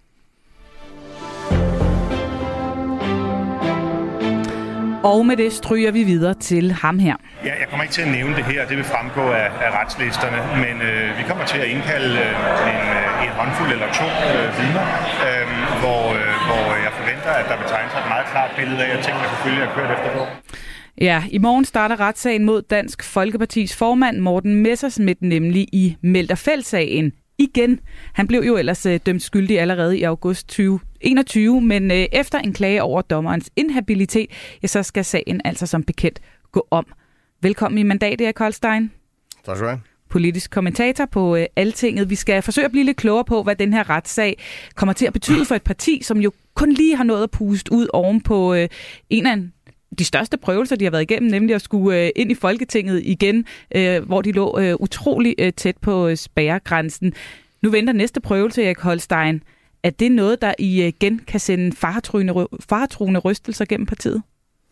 Og med det stryger vi videre til ham her. Ja, jeg kommer ikke til at nævne det her, det vil fremgå af, af retslisterne, men øh, vi kommer til at indkalde øh, en, øh, en håndfuld eller to øh, vidner, øh, hvor, øh, hvor jeg forventer, at der vil tegne sig et meget klart billede af, at tingene selvfølgelig er kørt efter på. Ja, i morgen starter retssagen mod Dansk Folkepartis formand Morten Messerschmidt, nemlig i Melderfeld-sagen. Igen. Han blev jo ellers øh, dømt skyldig allerede i august tyve enogtyve, men øh, efter en klage over dommerens inhabilitet, ja, så skal sagen altså som bekendt gå om. Velkommen i mandat, Erik Holstein. Tak skal du have. Politisk kommentator på øh, Altinget. Vi skal forsøge at blive lidt klogere på, hvad den her retssag kommer til at betyde for et parti, som jo kun lige har nået at puste ud oven på øh, en af de største prøvelser, de har været igennem, nemlig at skulle øh, ind i Folketinget igen, øh, hvor de lå øh, utrolig øh, tæt på øh, spærregrænsen. Nu venter næste prøvelse, Erik Holstein. Er det noget, der igen kan sende faretruende, faretruende rystelser gennem partiet?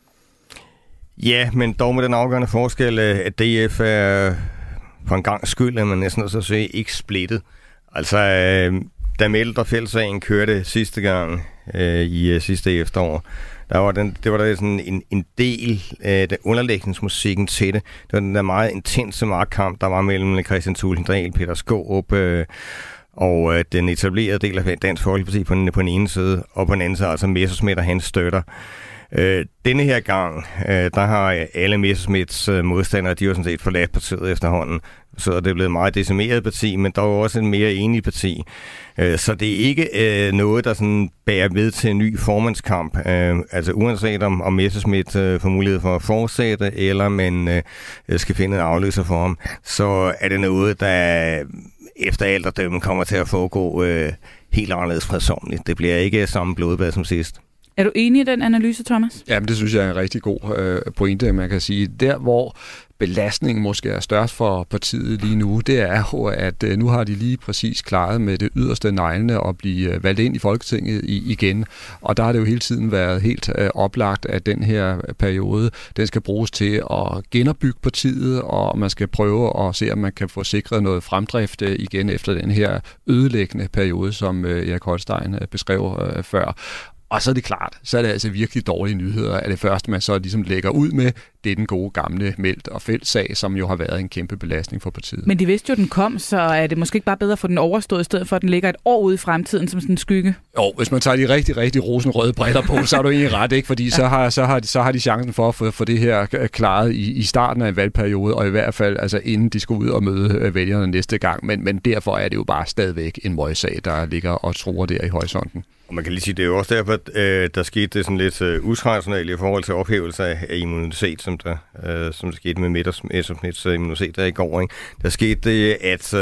Ja, men dog med den afgørende forskel, at D F er på en gang skyld, at man næsten så at sige ikke splittet. Altså, da Melderfeld-sagen kørte sidste gang øh, i sidste efterår, der var den, det var der sådan en, en del af den underlægningsmusikken til det. Det var den der meget intense magtkamp, der var mellem Kristian Thulesen Dahl, Peter Skaarup øh, og øh, den etablerede del af Dansk Folkeparti på den, på den ene side, og på den anden side altså Messerschmidt og hans støtter. Øh, denne her gang, øh, der har alle Messerschmidts øh, modstandere, de har sådan set forladt partiet efterhånden. Så det er blevet et meget decimeret parti, men der er jo også en mere enig parti. Øh, så det er ikke øh, noget, der sådan bærer ved til en ny formandskamp. Øh, altså uanset om, om Messerschmidt øh, får mulighed for at fortsætte, eller man øh, skal finde en afløser for ham, så er det noget, der efter alt at dømme kommer til at foregå øh, helt anderledes fredsomligt. Det bliver ikke samme blodbad som sidst. Er du enig i den analyse, Thomas? Jamen, det synes jeg er en rigtig god øh, pointe, man kan sige. Der, hvor belastningen måske er størst for partiet lige nu, det er jo, at øh, nu har de lige præcis klaret med det yderste neglene at blive øh, valgt ind i Folketinget i, igen. Og der har det jo hele tiden været helt øh, oplagt, at den her periode, den skal bruges til at genopbygge partiet, og man skal prøve at se, om man kan få sikret noget fremdrift øh, igen efter den her ødelæggende periode, som øh, Erik Holstein øh, beskrev øh, før. Og så er det klart, så er det altså virkelig dårlige nyheder, at det første, man så ligesom lægger ud med, det er den gode gamle Meldt- og Feld-sag, som jo har været en kæmpe belastning for partiet. Men de vidste jo, at den kom, så er det måske ikke bare bedre at få den overstået, i stedet for at den ligger et år ude i fremtiden som sådan en skygge? Jo, hvis man tager de rigtig, rigtig rosenrøde briller på, så er du egentlig ret, ikke? Fordi ja. så, har, så, har de, så har de chancen for at få, få det her klaret i, i starten af en valgperiode, og i hvert fald altså inden de skal ud og møde vælgerne næste gang. Men, men derfor er det jo bare stadigvæk en møgssag, der ligger og truer der i horisonten. Og man kan lige sige, det er jo også derfor, at øh, der skete det sådan lidt øh, utraditionelt i forhold til ophævelse af, af immunitet, som der, øh, som der skete med Messerschmidts immunitet der i går. Ikke? Der skete det, at øh,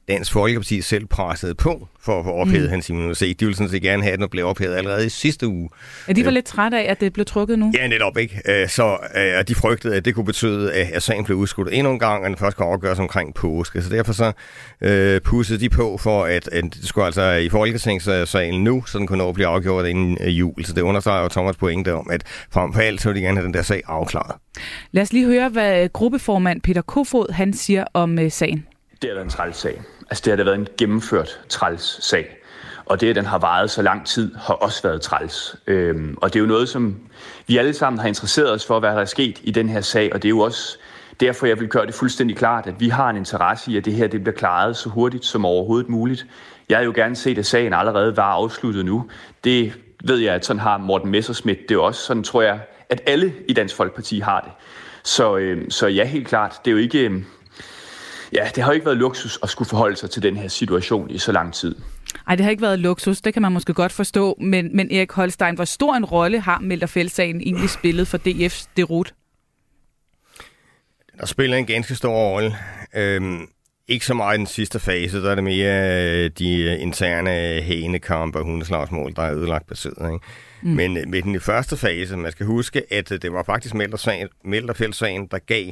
Dansk Folkeparti selv pressede på for at få ophævet mm. hans immunitet. De ville sådan set gerne have, at den blev ophævet allerede i sidste uge. Ja, de var lidt trætte af, at det blev trukket nu? Ja, netop ikke. Så øh, de frygtede, at det kunne betyde, at sagen blev udskudt endnu en gang, og den først kan overgøres omkring påske. Så derfor så øh, pudsede de på for, at, at det skulle altså i Folketingssalen nu, så den kunne nå at blive afgjort inden øh, jul. Så det understreger jo Thomas pointe om, at frem for alt, så vil de gerne have den der sag afklaret. Lad os lige høre, hvad gruppeformand Peter Kofod han siger om øh, sagen. Det har været en træls sag. Altså det har da været en gennemført træls sag. Og det, at den har varet så lang tid, har også været træls. Øhm, og det er jo noget, som vi alle sammen har interesseret os for, hvad der er sket i den her sag. Og det er jo også derfor, jeg vil gøre det fuldstændig klart, at vi har en interesse i, at det her det bliver klaret så hurtigt som overhovedet muligt. Jeg har jo gerne set, at sagen allerede var afsluttet nu. Det ved jeg, at sådan har Morten Messerschmidt det er også. Sådan tror jeg, at alle i Dansk Folkeparti har det. Så, øhm, så ja, helt klart. Det er jo ikke... Øhm, Ja, det har jo ikke været luksus at skulle forholde sig til den her situation i så lang tid. Ej, det har ikke været luksus, det kan man måske godt forstå. Men, men Erik Holstein, hvor stor en rolle har Melder-Feld-sagen egentlig spillet for D F's derut? Der spiller en ganske stor rolle. Øhm, ikke så meget i den sidste fase, der er det mere de interne hænekampe og hundeslagsmål, der er ødelagt baseret, ikke? Mm. Men med den første fase, man skal huske, at det var faktisk Melder-Feld-sagen, der gav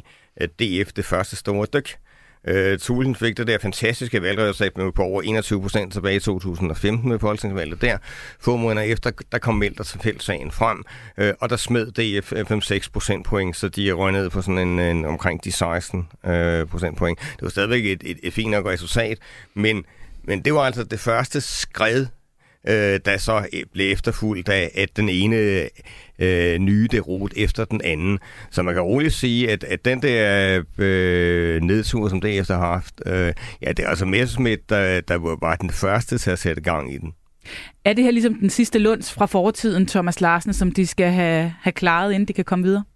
D F det første store dyk. Uh, Thulesen fik det der fantastiske valgresultat med på over enogtyve procent tilbage i to tusind og femten med folketingsvalget der. Få måneder efter, der kom Melder-Feld-sagen frem, uh, og der smed D F fem til seks procentpoint, så de er røget ned på sådan en, en omkring de seksten uh, procentpoint. Det var stadigvæk et, et, et fint nok resultat, men, men det var altså det første skred, Øh, der så blev efterfulgt af at den ene øh, nye derot efter den anden. Så man kan roligt sige, at, at den der øh, nedtur, som D F har haft, øh, ja, det er altså Messerschmidt, der, der var den første til at sætte gang i den. Er det her ligesom den sidste lunds fra fortiden, Thomas Larsen, som de skal have, have klaret, inden de kan komme videre?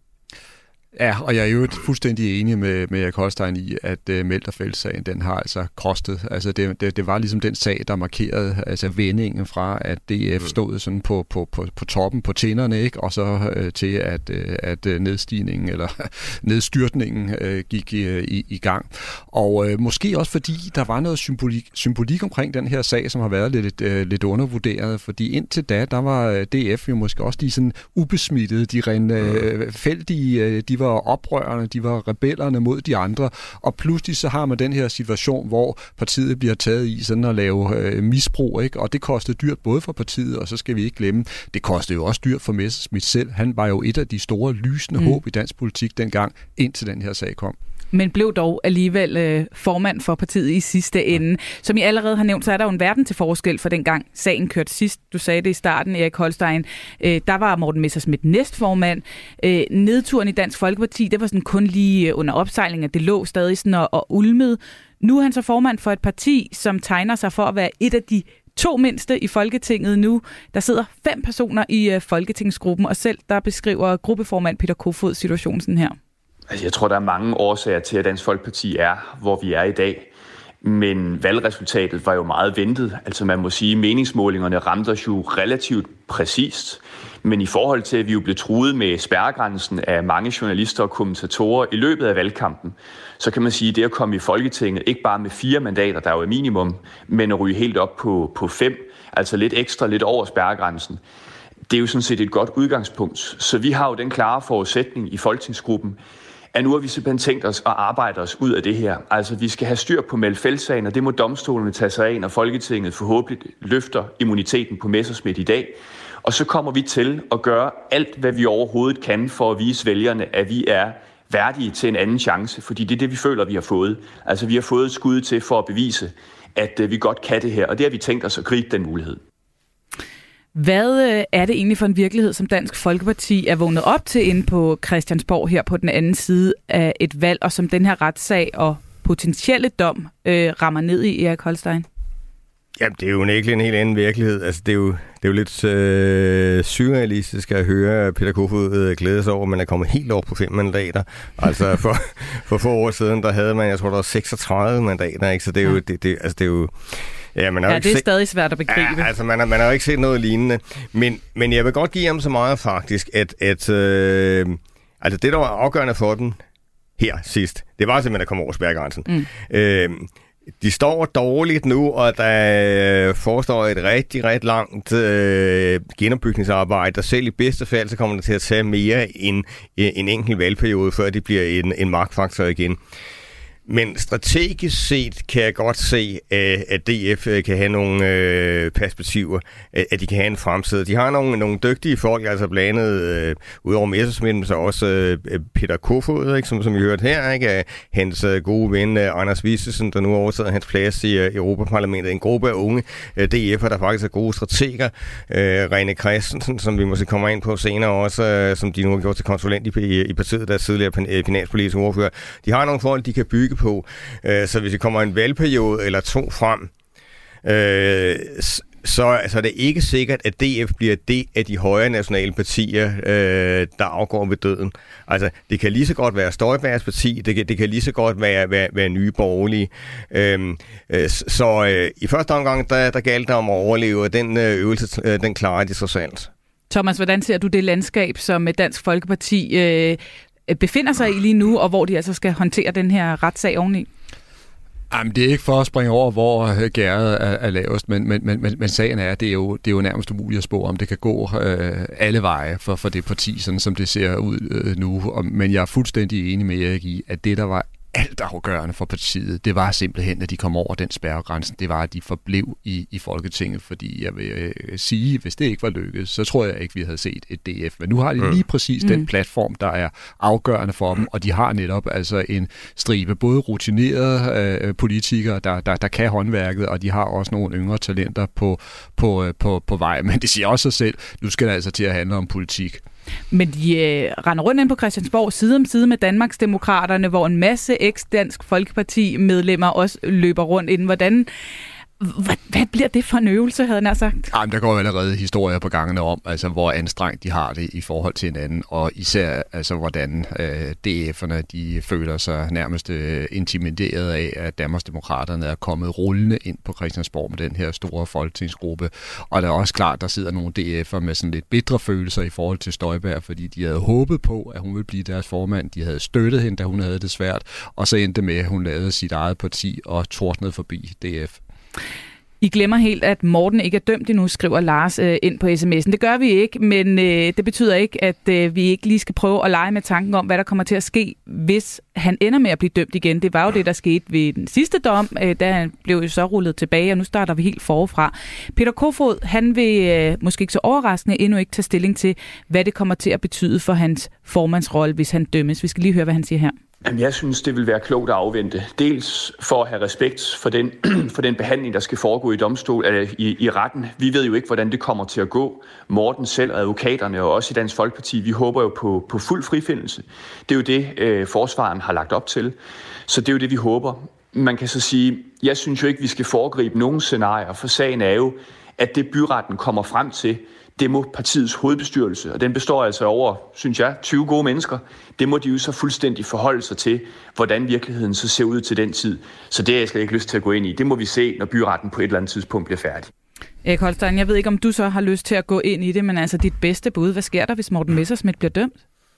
Ja, og jeg er jo fuldstændig enig med, med Erik Holstein i, at uh, Melder-Feld-sagen, den har altså kostet. Altså det, det, det var ligesom den sag, der markerede altså vendingen fra, at D F stod sådan på, på, på, på toppen på tinderne, ikke? Og så uh, til, at, uh, at nedstigningen eller nedstyrtningen uh, gik uh, i, i gang. Og uh, måske også fordi, der var noget symbolik, symbolik omkring den her sag, som har været lidt, uh, lidt undervurderet, fordi indtil da, der var D F jo måske også de sådan ubesmittede, de ren uh, feldige, de var oprørerne, de var rebellerne mod de andre, og pludselig så har man den her situation, hvor partiet bliver taget i sådan at lave øh, misbrug, ikke? Og det kostede dyrt både for partiet, og så skal vi ikke glemme, det kostede jo også dyrt for Messerschmidt selv. Han var jo et af de store lysende mm. håb i dansk politik dengang, indtil den her sag kom. Men blev dog alligevel øh, formand for partiet i sidste ende. Som I allerede har nævnt, så er der jo en verden til forskel for dengang sagen kørte sidst. Du sagde det i starten, Erik Holstein. Øh, der var Morten Messerschmidt næstformand. Øh, nedturen i Dansk Folkeparti, det var sådan kun lige under opsejling, at det lå stadig sådan og, og ulmede. Nu er han så formand for et parti, som tegner sig for at være et af de to mindste i Folketinget nu. Der sidder fem personer i øh, Folketingsgruppen, og selv der beskriver gruppeformand Peter Kofod situationen sådan her. Altså, jeg tror, der er mange årsager til, at Dansk Folkeparti er, hvor vi er i dag. Men valgresultatet var jo meget ventet. Altså man må sige, at meningsmålingerne ramte os jo relativt præcist. Men i forhold til, at vi jo blev truet med spærregrænsen af mange journalister og kommentatorer i løbet af valgkampen, så kan man sige, at det at komme i Folketinget, ikke bare med fire mandater, der er jo minimum, men at ryge helt op på, på fem, altså lidt ekstra, lidt over spærregrænsen, det er jo sådan set et godt udgangspunkt. Så vi har jo den klare forudsætning i Folketingsgruppen, at nu har vi simpelthen tænkt os at arbejde os ud af det her. Altså, vi skal have styr på Melder-Feld-sagen, og det må domstolene tage sig af, når Folketinget forhåbentlig løfter immuniteten på Messerschmidt i dag. Og så kommer vi til at gøre alt, hvad vi overhovedet kan for at vise vælgerne, at vi er værdige til en anden chance, fordi det er det, vi føler, vi har fået. Altså, vi har fået skud til for at bevise, at vi godt kan det her, og det har vi tænkt os at gribe den mulighed. Hvad er det egentlig for en virkelighed, som Dansk Folkeparti er vågnet op til inde på Christiansborg her på den anden side af et valg, og som den her retssag og potentielle dom øh, rammer ned i, Erik Holstein? Jamen, det er jo virkelig en helt anden virkelighed. Altså, det er jo, det er jo lidt øh, surrealistisk at høre Peter Kofod øh, glæde sig over, at man er kommet helt over på fem mandater. Altså, for, for få år siden, der havde man, jeg tror, der var seksogtredive mandater, ikke? Så det er jo... Det, det, altså, det er jo Ja, man har ja det er set... stadig svært at begribe. Ja, altså, man har, man har jo ikke set noget lignende. Men, men jeg vil godt give ham så meget faktisk, at, at øh, altså, det, der var afgørende for den her sidst, det var simpelthen at komme over spærregrænsen. Mm. Øh, De står dårligt nu, og der forestår et rigtig, rigtig langt øh, genopbygningsarbejde, der selv i bedste fald, så kommer det til at tage mere end en enkelt valgperiode, før det bliver en, en magtfaktor igen. Men strategisk set kan jeg godt se, at D F kan have nogle øh, perspektiver, at de kan have en fremtid. De har nogle, nogle dygtige folk, altså blandt andet, øh, udover Messerschmidt, så også øh, Peter Kofod, ikke, som, som vi hørte her, ikke, hans øh, gode ven øh, Anders Vistesen, der nu overtager hans plads i øh, Europaparlamentet. En gruppe af unge øh, D F'er, der faktisk er gode strateger. Øh, René Christensen, som vi måske kommer ind på senere også, øh, som de nu har gjort til konsulent i, i partiet, der er tidligere finanspolitiske ordfører. De har nogle folk, de kan bygge på. Så hvis vi kommer en valgperiode eller to frem, øh, så altså, er det ikke sikkert, at D F bliver det af de højre nationale partier, øh, der afgår ved døden. Altså, det kan lige så godt være Støjbergs parti, det kan, det kan lige så godt være, være, være Nye Borgerlige. Øhm, øh, så øh, i første omgang, der, der galt det om at overleve, og den øh, øvelse, øh, den klarer de så sandt. Thomas, hvordan ser du det landskab, som Dansk Folkeparti øh, befinder sig i lige nu, og hvor de altså skal håndtere den her retssag oveni? Jamen, det er ikke for at springe over, hvor gærdet er, er lavest, men, men, men, men sagen er, at det er jo, det er jo nærmest umuligt at spå, om det kan gå øh, alle veje for, for det parti, sådan som det ser ud øh, nu. Og, men jeg er fuldstændig enig med Erik i, at det, der var alt afgørende for partiet, det var simpelthen, at de kom over den spærregrænsen. Det var, at de forblev i, i Folketinget, fordi jeg vil øh, sige, hvis det ikke var lykkedes, så tror jeg ikke, vi havde set et D F. Men nu har de lige præcis mm. den platform, der er afgørende for dem, og de har netop altså en stribe både rutinerede øh, politikere, der, der, der kan håndværket, og de har også nogle yngre talenter på, på, øh, på, på vej. Men det siger også sig selv, nu skal det altså til at handle om politik. Men de øh, render rundt ind på Christiansborg side om side med Danmarksdemokraterne, hvor en masse eks-Dansk Folkeparti-medlemmer også løber rundt inden. Hvordan, hvad, hvad bliver det for en øvelse, havde jeg sagt? Jamen, der går jo allerede historier på gangene om, altså, hvor anstrengt de har det i forhold til hinanden, og især altså, hvordan øh, D F'erne de føler sig nærmest øh, intimideret af, at Danmarksdemokraterne er kommet rullende ind på Christiansborg med den her store folketingsgruppe. Og det er også klart, der sidder nogle D F'er med sådan lidt bitre følelser i forhold til Støjberg, fordi de havde håbet på, at hun ville blive deres formand. De havde støttet hende, da hun havde det svært, og så endte med, at hun lavede sit eget parti og tordnede forbi D F. I glemmer helt, at Morten ikke er dømt endnu, skriver Lars øh, ind på sms'en. Det gør vi ikke, men øh, det betyder ikke, at øh, vi ikke lige skal prøve at lege med tanken om, hvad der kommer til at ske, hvis han ender med at blive dømt igen. Det var jo det, der skete ved den sidste dom, øh, da han blev jo så rullet tilbage, og nu starter vi helt forfra. Peter Kofod, han vil øh, måske ikke så overraskende endnu ikke tage stilling til, hvad det kommer til at betyde for hans formandsrolle, hvis han dømmes. Vi skal lige høre, hvad han siger her. Jamen, jeg synes, det vil være klogt at afvente. Dels for at have respekt for den, for den behandling, der skal foregå i domstol, eller i, i retten. Vi ved jo ikke, hvordan det kommer til at gå. Morten selv, advokaterne og også i Dansk Folkeparti, vi håber jo på, på fuld frifindelse. Det er jo det, øh, forsvaren har lagt op til. Så det er jo det, vi håber. Man kan så sige, jeg synes jo ikke, vi skal foregribe nogen scenarier, for sagen er jo, at det byretten kommer frem til, det må partiets hovedbestyrelse, og den består altså over, synes jeg, tyve gode mennesker. Det må de jo så fuldstændig forholde sig til, hvordan virkeligheden så ser ud til den tid. Så det har jeg slet ikke lyst til at gå ind i. Det må vi se, når byretten på et eller andet tidspunkt bliver færdig. Erik Holstein, jeg ved ikke, om du så har lyst til at gå ind i det, men altså dit bedste bud, hvad sker der, hvis Morten Messerschmidt bliver dømt?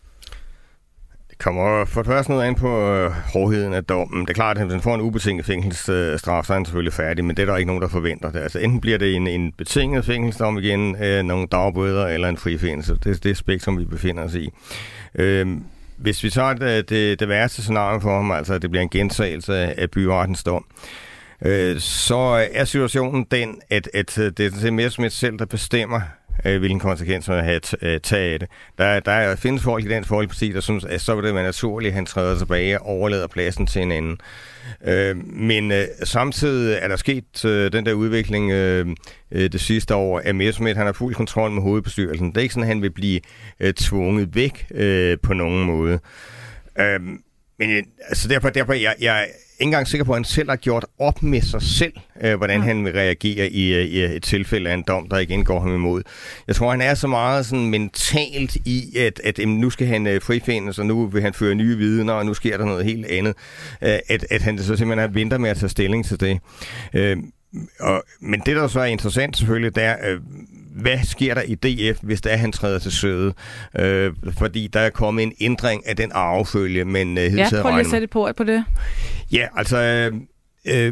Det kommer for det første noget an på øh, hårdheden af dommen. Det er klart, at hvis han får en ubetinget fængselsstraf, så er han selvfølgelig færdig, men det er der ikke nogen, der forventer det. Altså enten bliver det en, en betinget fængselsdom igen, øh, nogle dagbøder eller en frifindelse. Det er det spektrum, vi befinder os i. Øh, hvis vi tager det, det, det værste scenario for ham, altså at det bliver en gentagelse af byrettens dom, øh, så er situationen den, at, at det er Messerschmidt selv, der bestemmer, hvilken konsekvens man har taget af det. Der, der findes folk i Dansk Folkeparti, der synes, at så vil det være naturligt, at han træder tilbage og overlader pladsen til en anden. Øh, men øh, samtidig er der sket øh, den der udvikling øh, det sidste år, at Messerschmidt han har fuld kontrol med hovedbestyrelsen. Det er ikke sådan, at han vil blive øh, tvunget væk øh, på nogen måde. Øh, men altså derfor, derfor jeg, jeg er ikke engang sikker på, at han selv har gjort op med sig selv, øh, hvordan han vil reagere i, i et tilfælde af en dom, der igen går ham imod. Jeg tror, han er så meget sådan mentalt i, at, at at nu skal han øh, frifindes, og nu vil han føre nye vidner, og nu sker der noget helt andet. Øh, at, at han så simpelthen venter med at tage stilling til det. Øh, og, men det, der så er interessant selvfølgelig, det er, øh, hvad sker der i D F, hvis der er, han træder til søde? Øh, fordi der er kommet en ændring af den arvefølge, men øh, ja, prøv lige at sætte på på det. Ja, altså, øh,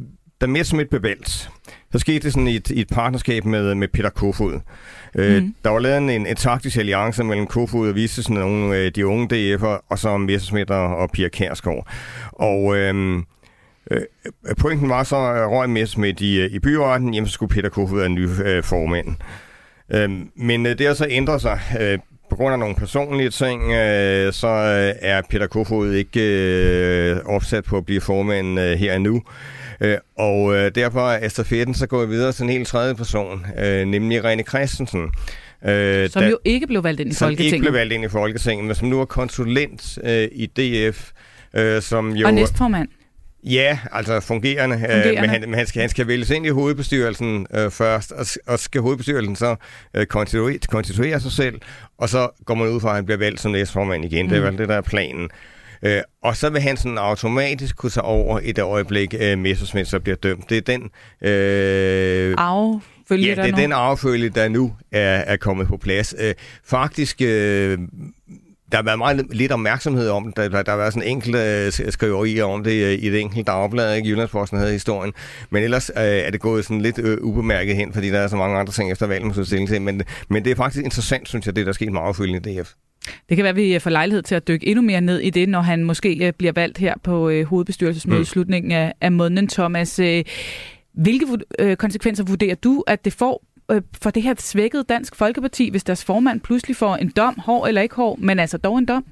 da Messerschmidt blev valgt, så skete det sådan i et, i et partnerskab med, med Peter Kofod. Mm. Øh, der var lavet en, en taktisk alliance mellem Kofod og viste sådan nogle af de unge D F'er, og så Messerschmidt og, og Pia Kjærsgaard. Og øh, øh, pointen var så, at røg Messerschmidt i, i byretten, jamen så skulle Peter Kofod være en ny øh, formand. Øh, men øh, det har så ændret sig. Øh, På grund af nogle personlige ting, øh, så øh, er Peter Kofod ikke øh, opsat på at blive formand øh, her nu. Øh, og øh, derfor er stafetten så gået videre til en helt tredje person, øh, nemlig René Christensen. Øh, som der, jo ikke blev valgt ind i som Folketinget. Som ikke blev valgt ind i Folketinget, men som nu er konsulent øh, i D F. Øh, som jo, og næstformand. Ja, altså fungerende, fungerende. Øh, men, han, men han, skal, han skal vælges ind i hovedbestyrelsen øh, først, og, og skal hovedbestyrelsen så øh, konstituere, konstituere sig selv, og så går man ud fra, at han bliver valgt som næstformand igen. Mm. Det er vel det, der er planen. Øh, og så vil han sådan automatisk kunne tage over et øjeblik, øh, Messerschmidt så bliver dømt. Det er den øh, affølge, ja, det er nu. den affølge, der nu er, er kommet på plads. Øh, faktisk... Øh, Der har været meget lidt opmærksomhed om det. Der, der, der har været sådan enkelte uh, skriverier om det uh, i det enkelte dagblad, ikke? Jyllandsposten havde historien. Men ellers uh, er det gået sådan lidt uh, ubemærket hen, fordi der er så mange andre ting efter valget, man skal stille til. Men, men det er faktisk interessant, synes jeg, det der er sket meget affølgende i D F. Det kan være, at vi får lejlighed til at dykke endnu mere ned i det, når han måske uh, bliver valgt her på uh, hovedbestyrelsesmødet i mm. slutningen af, af måneden. Thomas, uh, hvilke uh, konsekvenser vurderer du, at det får for det her svækkede Dansk Folkeparti, hvis deres formand pludselig får en dom, hård eller ikke hård, men altså dog en dom?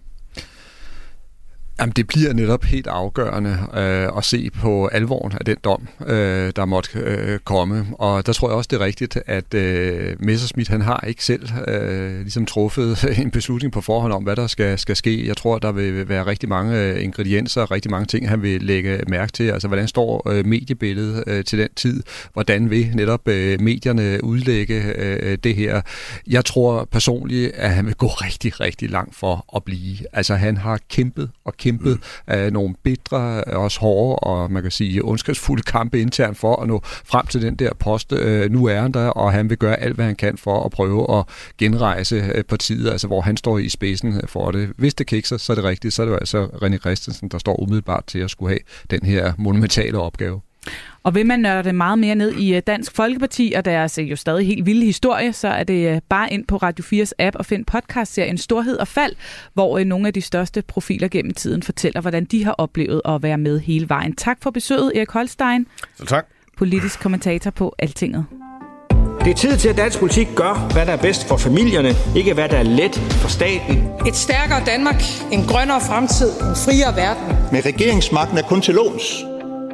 Jamen, det bliver netop helt afgørende øh, at se på alvoren af den dom, øh, der måtte øh, komme. Og der tror jeg også, det er rigtigt, at øh, Messerschmidt, han har ikke selv øh, ligesom truffet en beslutning på forhånd om, hvad der skal, skal ske. Jeg tror, der vil være rigtig mange ingredienser, rigtig mange ting, han vil lægge mærke til. Altså, hvordan står øh, mediebilledet øh, til den tid? Hvordan vil netop øh, medierne udlægge øh, det her? Jeg tror personligt, at han vil gå rigtig, rigtig langt for at blive. Altså, han har kæmpet og kæmpet af mm. nogle bitre, også hårde og man kan sige ondskabsfulde kampe internt for at nå frem til den der post. Nu er han der, og han vil gøre alt, hvad han kan for at prøve at genrejse partiet, altså hvor han står i spidsen for det. Hvis det kikser, så er det rigtigt, så er det jo altså René Christensen, der står umiddelbart til at skulle have den her monumentale opgave. Og vil man nørde det meget mere ned i Dansk Folkeparti og deres jo stadig helt vilde historie, så er det bare ind på Radio fires app og find podcastserien Storhed og Fald, hvor nogle af de største profiler gennem tiden fortæller, hvordan de har oplevet at være med hele vejen. Tak for besøget, Erik Holstein. Så tak. Politisk kommentator på Altinget. Det er tid til, at dansk politik gør, hvad der er bedst for familierne, ikke hvad der er let for staten. Et stærkere Danmark, en grønnere fremtid, en friere verden. Med regeringsmagten er kun til låns.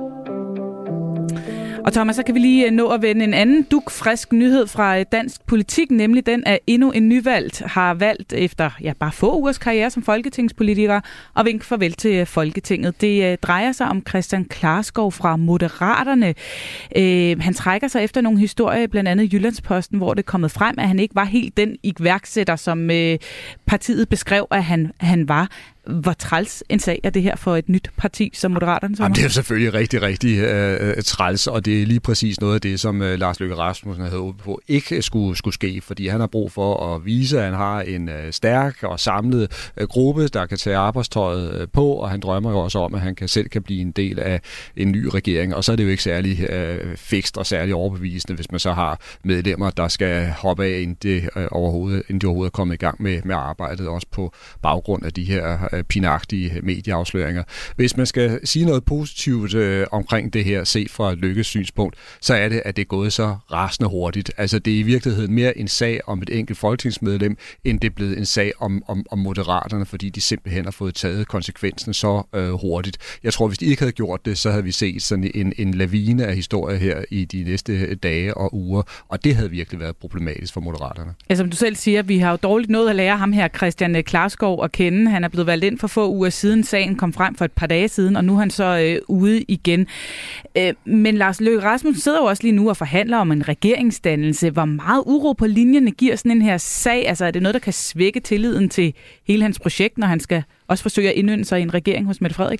Og Thomas, så kan vi lige nå at vende en anden dugfrisk nyhed fra dansk politik, nemlig den, at endnu en nyvalgt har valgt efter ja, bare få ugers karriere som folketingspolitiker at vinke farvel til Folketinget. Det uh, drejer sig om Christian Klarskov fra Moderaterne. Uh, han trækker sig efter nogle historier, blandt andet Jyllandsposten, hvor det er kommet frem, at han ikke var helt den iværksætter, som uh, partiet beskrev, at han, han var. Hvor træls en sag er det her for et nyt parti som Moderaterne? Jamen, det er selvfølgelig rigtig, rigtig uh, træls, og det er lige præcis noget af det, som uh, Lars Løkke Rasmussen havde håbet på ikke skulle, skulle ske, fordi han har brug for at vise, at han har en uh, stærk og samlet uh, gruppe, der kan tage arbejdstøjet uh, på, og han drømmer jo også om, at han kan, selv kan blive en del af en ny regering, og så er det jo ikke særlig uh, fikst og særlig overbevisende, hvis man så har medlemmer, der skal hoppe af, inden de, uh, overhovedet, inden de overhovedet er kommet i gang med, med arbejdet, også på baggrund af de her uh, pinagtige medieafsløringer. Hvis man skal sige noget positivt øh, omkring det her, set fra Lykkes synspunkt, så er det, at det er gået så rasende hurtigt. Altså, det er i virkeligheden mere en sag om et enkelt folketingsmedlem, end det er blevet en sag om, om, om Moderaterne, fordi de simpelthen har fået taget konsekvensen så øh, hurtigt. Jeg tror, hvis de ikke havde gjort det, så havde vi set sådan en, en lavine af historier her i de næste dage og uger, og det havde virkelig været problematisk for Moderaterne. Ja, som du selv siger, vi har jo dårligt noget at lære ham her, Christian Klarskov, at kende. Han er blevet valgt ind for få uger siden. Sagen kom frem for et par dage siden, og nu er han så øh, ude igen. Øh, men Lars Løkke Rasmussen sidder jo også lige nu og forhandler om en regeringsdannelse. Hvor meget uro på linjerne giver sådan en her sag? Altså, er det noget, der kan svække tilliden til hele hans projekt, når han skal også forsøge at indynde sig i en regering hos Mette Frederiksen?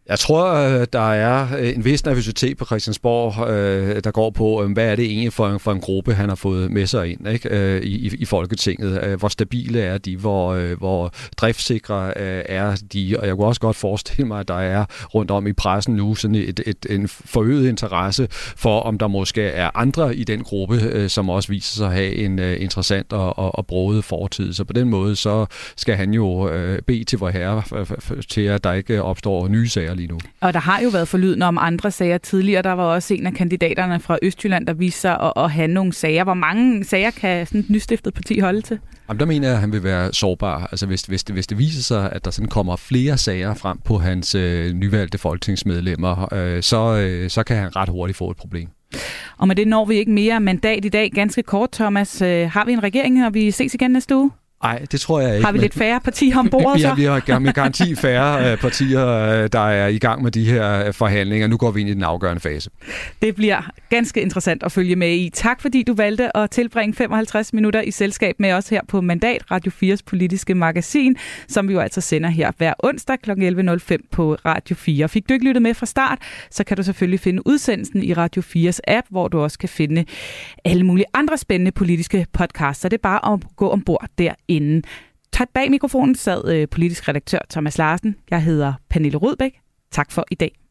Jeg tror, der er en vis nervøsitet på Christiansborg, der går på, hvad er det egentlig for en, for en gruppe, han har fået med sig ind, ikke? I, i Folketinget. Hvor stabile er de, hvor, hvor driftsikre er de, og jeg kunne også godt forestille mig, at der er rundt om i pressen nu sådan et, et, en forøget interesse for, om der måske er andre i den gruppe, som også viser sig at have en interessant og, og, og broget fortid. Så på den måde, så skal han jo bede til vor herre til, at der ikke opstår nye sager lige nu. Og der har jo været forlydende om andre sager tidligere. Der var også en af kandidaterne fra Østjylland, der viste sig at, at have nogle sager. Hvor mange sager kan sådan et nystiftet parti holde til? Jamen, der mener jeg, at han vil være sårbar. Altså, hvis, hvis, det, hvis det viser sig, at der sådan kommer flere sager frem på hans øh, nyvalgte folketingsmedlemmer, øh, så, øh, så kan han ret hurtigt få et problem. Og med det når vi ikke mere mandat i dag. Ganske kort, Thomas. Øh, har vi en regering, og vi ses igen næste uge? Nej, det tror jeg ikke. Har vi lidt færre partier ombord så? Ja, vi har med garanti færre partier, der er i gang med de her forhandlinger. Nu går vi ind i den afgørende fase. Det bliver ganske interessant at følge med i. Tak fordi du valgte at tilbringe femoghalvtreds minutter i selskab med os her på Mandat, Radio fires politiske magasin, som vi jo altså sender her hver onsdag kl. elleve nul fem på Radio fire. Fik du ikke lyttet med fra start, så kan du selvfølgelig finde udsendelsen i Radio fires app, hvor du også kan finde alle mulige andre spændende politiske podcasts. Så det er bare at gå ombord derinde. Tæt bag mikrofonen sad øh, politisk redaktør Thomas Larsen. Jeg hedder Pernille Rudbæk. Tak for i dag.